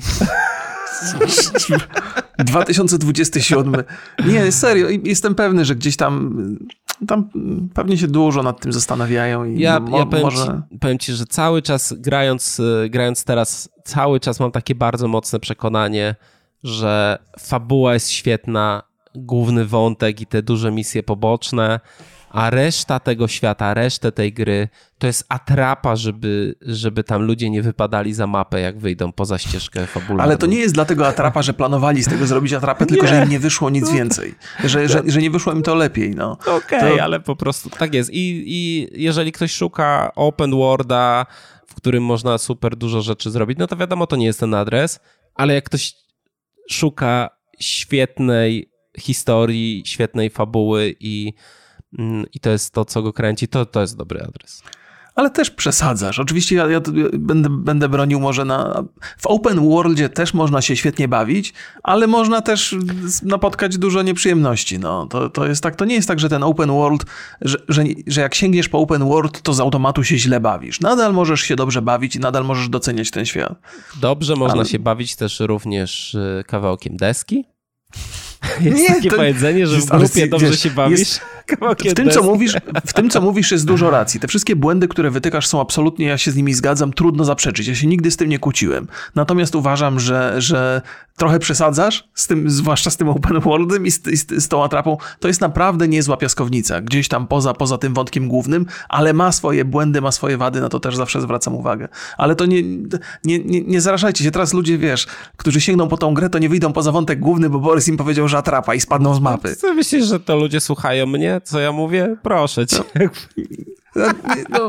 Speaker 1: dwa tysiące dwudziesty siódmy. Nie, serio, jestem pewny, że gdzieś tam tam pewnie się dużo nad tym zastanawiają. I
Speaker 2: ja
Speaker 1: mo-
Speaker 2: ja powiem,
Speaker 1: może...
Speaker 2: ci, powiem ci, że cały czas grając, grając teraz, cały czas mam takie bardzo mocne przekonanie, że fabuła jest świetna, główny wątek i te duże misje poboczne, a reszta tego świata, resztę tej gry to jest atrapa, żeby, żeby tam ludzie nie wypadali za mapę, jak wyjdą poza ścieżkę fabularną.
Speaker 1: Ale to nie jest dlatego atrapa, że planowali z tego zrobić atrapę, tylko nie. że im nie wyszło nic więcej. Że, że, że nie wyszło im to lepiej. No.
Speaker 2: Okej, okay, to... ale po prostu tak jest. I, I jeżeli ktoś szuka open worlda, w którym można super dużo rzeczy zrobić, no to wiadomo, to nie jest ten adres, ale jak ktoś szuka świetnej historii, świetnej fabuły i I to jest to, co go kręci, to, to jest dobry adres.
Speaker 1: Ale też przesadzasz. Oczywiście ja, ja będę, będę bronił może na... W open worldzie też można się świetnie bawić, ale można też napotkać dużo nieprzyjemności. No, to, to jest tak, to nie jest tak, że ten open world, że, że, że jak sięgniesz po open world, to z automatu się źle bawisz. Nadal możesz się dobrze bawić i nadal możesz doceniać ten świat.
Speaker 2: Dobrze można ale... się bawić też również kawałkiem deski. Jest nie, takie to, powiedzenie, że w grupie jest, dobrze wiesz, się bawisz. Jest,
Speaker 1: w, tym, co mówisz, w tym, co mówisz, jest dużo racji. Te wszystkie błędy, które wytykasz, są absolutnie, ja się z nimi zgadzam, trudno zaprzeczyć. Ja się nigdy z tym nie kłóciłem. Natomiast uważam, że, że trochę przesadzasz, z tym, zwłaszcza z tym open worldem i z, i z, z tą atrapą. To jest naprawdę niezła piaskownica. Gdzieś tam poza, poza tym wątkiem głównym, ale ma swoje błędy, ma swoje wady, na to też zawsze zwracam uwagę. Ale to nie, nie, nie, nie zarażajcie się. Teraz ludzie, wiesz, którzy sięgną po tą grę, to nie wyjdą poza wątek główny, bo Borys im powiedział, że atrapa i spadną z mapy.
Speaker 2: Co myślisz, że to ludzie słuchają mnie? Co ja mówię? Proszę cię.
Speaker 1: No, no,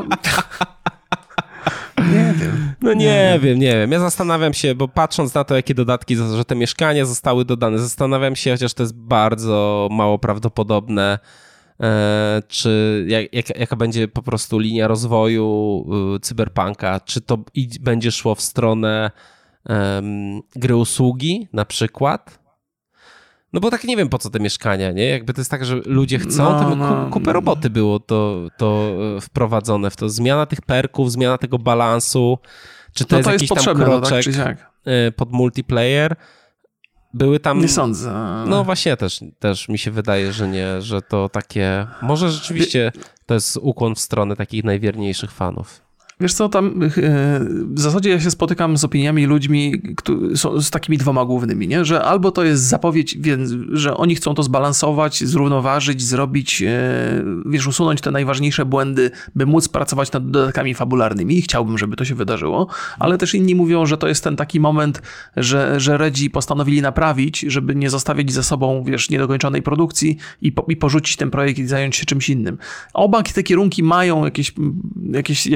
Speaker 1: nie wiem.
Speaker 2: No nie, nie wiem, nie wiem. Ja zastanawiam się, bo patrząc na to, jakie dodatki, że te mieszkania zostały dodane, zastanawiam się, chociaż to jest bardzo mało prawdopodobne, e, czy jak, jak, jaka będzie po prostu linia rozwoju y, cyberpunka, czy to i, będzie szło w stronę um, gry usługi na przykład. No bo tak nie wiem, po co te mieszkania, nie? Jakby to jest tak, że ludzie chcą, no, to no, kupę roboty było to, to wprowadzone w to. Zmiana tych perków, zmiana tego balansu, czy to
Speaker 1: no
Speaker 2: jest
Speaker 1: to
Speaker 2: jakiś
Speaker 1: jest
Speaker 2: tam kroczek
Speaker 1: tak, jak.
Speaker 2: pod multiplayer. Były tam...
Speaker 1: Nie sądzę.
Speaker 2: No właśnie też, też mi się wydaje, że nie, że to takie... Może rzeczywiście to jest ukłon w stronę takich najwierniejszych fanów.
Speaker 1: Wiesz co, tam w zasadzie ja się spotykam z opiniami ludźmi z takimi dwoma głównymi, nie? Że albo to jest zapowiedź, więc, że oni chcą to zbalansować, zrównoważyć, zrobić, wiesz, usunąć te najważniejsze błędy, by móc pracować nad dodatkami fabularnymi i chciałbym, żeby to się wydarzyło, ale też inni mówią, że to jest ten taki moment, że, że Redzi postanowili naprawić, żeby nie zostawiać za sobą, wiesz, niedokończonej produkcji i, po, i porzucić ten projekt i zająć się czymś innym. Oba te kierunki mają jakieś, jakieś, jak, jakiś sens.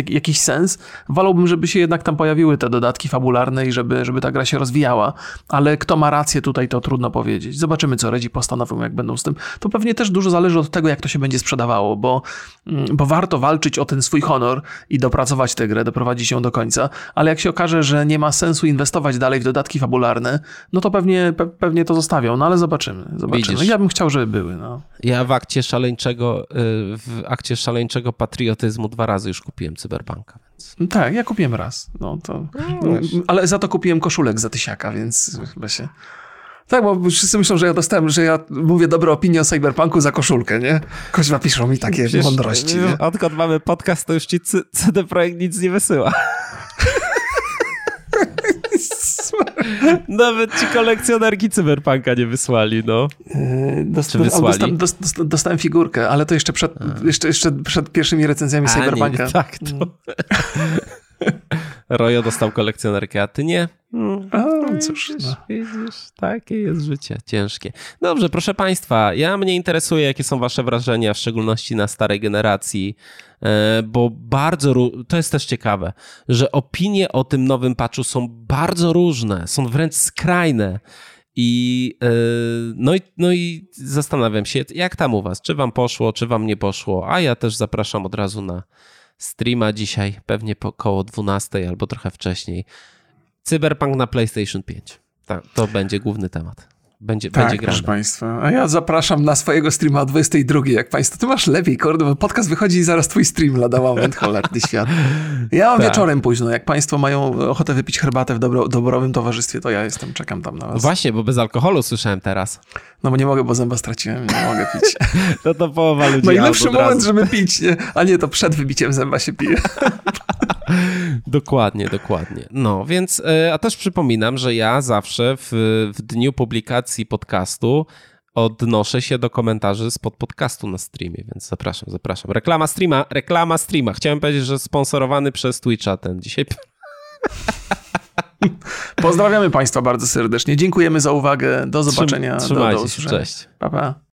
Speaker 1: sens. Wolałbym, żeby się jednak tam pojawiły te dodatki fabularne i żeby, żeby ta gra się rozwijała, ale kto ma rację tutaj, to trudno powiedzieć. Zobaczymy, co Redzi postanowią, jak będą z tym. To pewnie też dużo zależy od tego, jak to się będzie sprzedawało, bo, bo warto walczyć o ten swój honor i dopracować tę grę, doprowadzić ją do końca, ale jak się okaże, że nie ma sensu inwestować dalej w dodatki fabularne, no to pewnie, pe, pewnie to zostawią, no ale zobaczymy. zobaczymy.
Speaker 2: Widzisz.
Speaker 1: Ja bym chciał, żeby były. No.
Speaker 2: Ja w akcie szaleńczego, w akcie szaleńczego patriotyzmu dwa razy już kupiłem Cyberpunka. Więc...
Speaker 1: Tak, ja kupiłem raz. No to...
Speaker 2: No,
Speaker 1: ale za to kupiłem koszulek za tysiaka, więc chyba się... Tak, bo wszyscy myślą, że ja dostałem, że ja mówię dobre opinie o Cyberpunku za koszulkę, nie? Koźma piszą mi takie Przecież, mądrości. Nie?
Speaker 2: Odkąd mamy podcast, to już ci C D Projekt nic nie wysyła. Nawet ci kolekcjonerki Cyberpunka nie wysłali, no.
Speaker 1: Dost, Czy wysłali? Dosta, dosta, dostałem figurkę, ale to jeszcze przed, jeszcze, jeszcze przed pierwszymi recenzjami a, Cyberpunka.
Speaker 2: Nie, tak, to... Rojo dostał kolekcjonerkę, a ty nie?
Speaker 1: Hmm. A, cóż,
Speaker 2: widzisz,
Speaker 1: no.
Speaker 2: widzisz, takie jest życie, ciężkie. Dobrze, proszę państwa, ja mnie interesuje, jakie są wasze wrażenia, w szczególności na starej generacji, bo bardzo, to jest też ciekawe, że opinie o tym nowym patchu są bardzo różne, są wręcz skrajne. I, no, i, no i zastanawiam się, jak tam u was, czy wam poszło, czy wam nie poszło, a ja też zapraszam od razu na streama dzisiaj, pewnie po około dwunastej albo trochę wcześniej. Cyberpunk na PlayStation pięć. Tak, to będzie główny temat. Będzie,
Speaker 1: tak,
Speaker 2: będzie grane.
Speaker 1: Proszę państwa. A ja zapraszam na swojego streama o dwudziestej drugiej. Jak państwo, ty masz lepiej, kurde, bo podcast wychodzi i zaraz twój stream lada moment, cholerny świat. Ja mam tak. wieczorem późno. Jak państwo mają ochotę wypić herbatę w dobro, dobrowym towarzystwie, to ja jestem, czekam tam na was.
Speaker 2: Właśnie, bo bez alkoholu słyszałem teraz.
Speaker 1: No bo nie mogę, bo zęba straciłem, nie mogę pić.
Speaker 2: No to połowa ludzi.
Speaker 1: No i lepszy moment, żeby pić, nie? A nie, to przed wybiciem zęba się pije.
Speaker 2: Dokładnie, dokładnie. No, więc, a też przypominam, że ja zawsze w, w dniu publikacji podcastu odnoszę się do komentarzy spod podcastu na streamie, więc zapraszam, zapraszam. Reklama streama, reklama streama. Chciałem powiedzieć, że sponsorowany przez Twitcha ten dzisiaj.
Speaker 1: Pozdrawiamy państwa bardzo serdecznie. Dziękujemy za uwagę. Do zobaczenia.
Speaker 2: Trzymajcie
Speaker 1: do, do
Speaker 2: się, cześć.
Speaker 1: Pa, pa.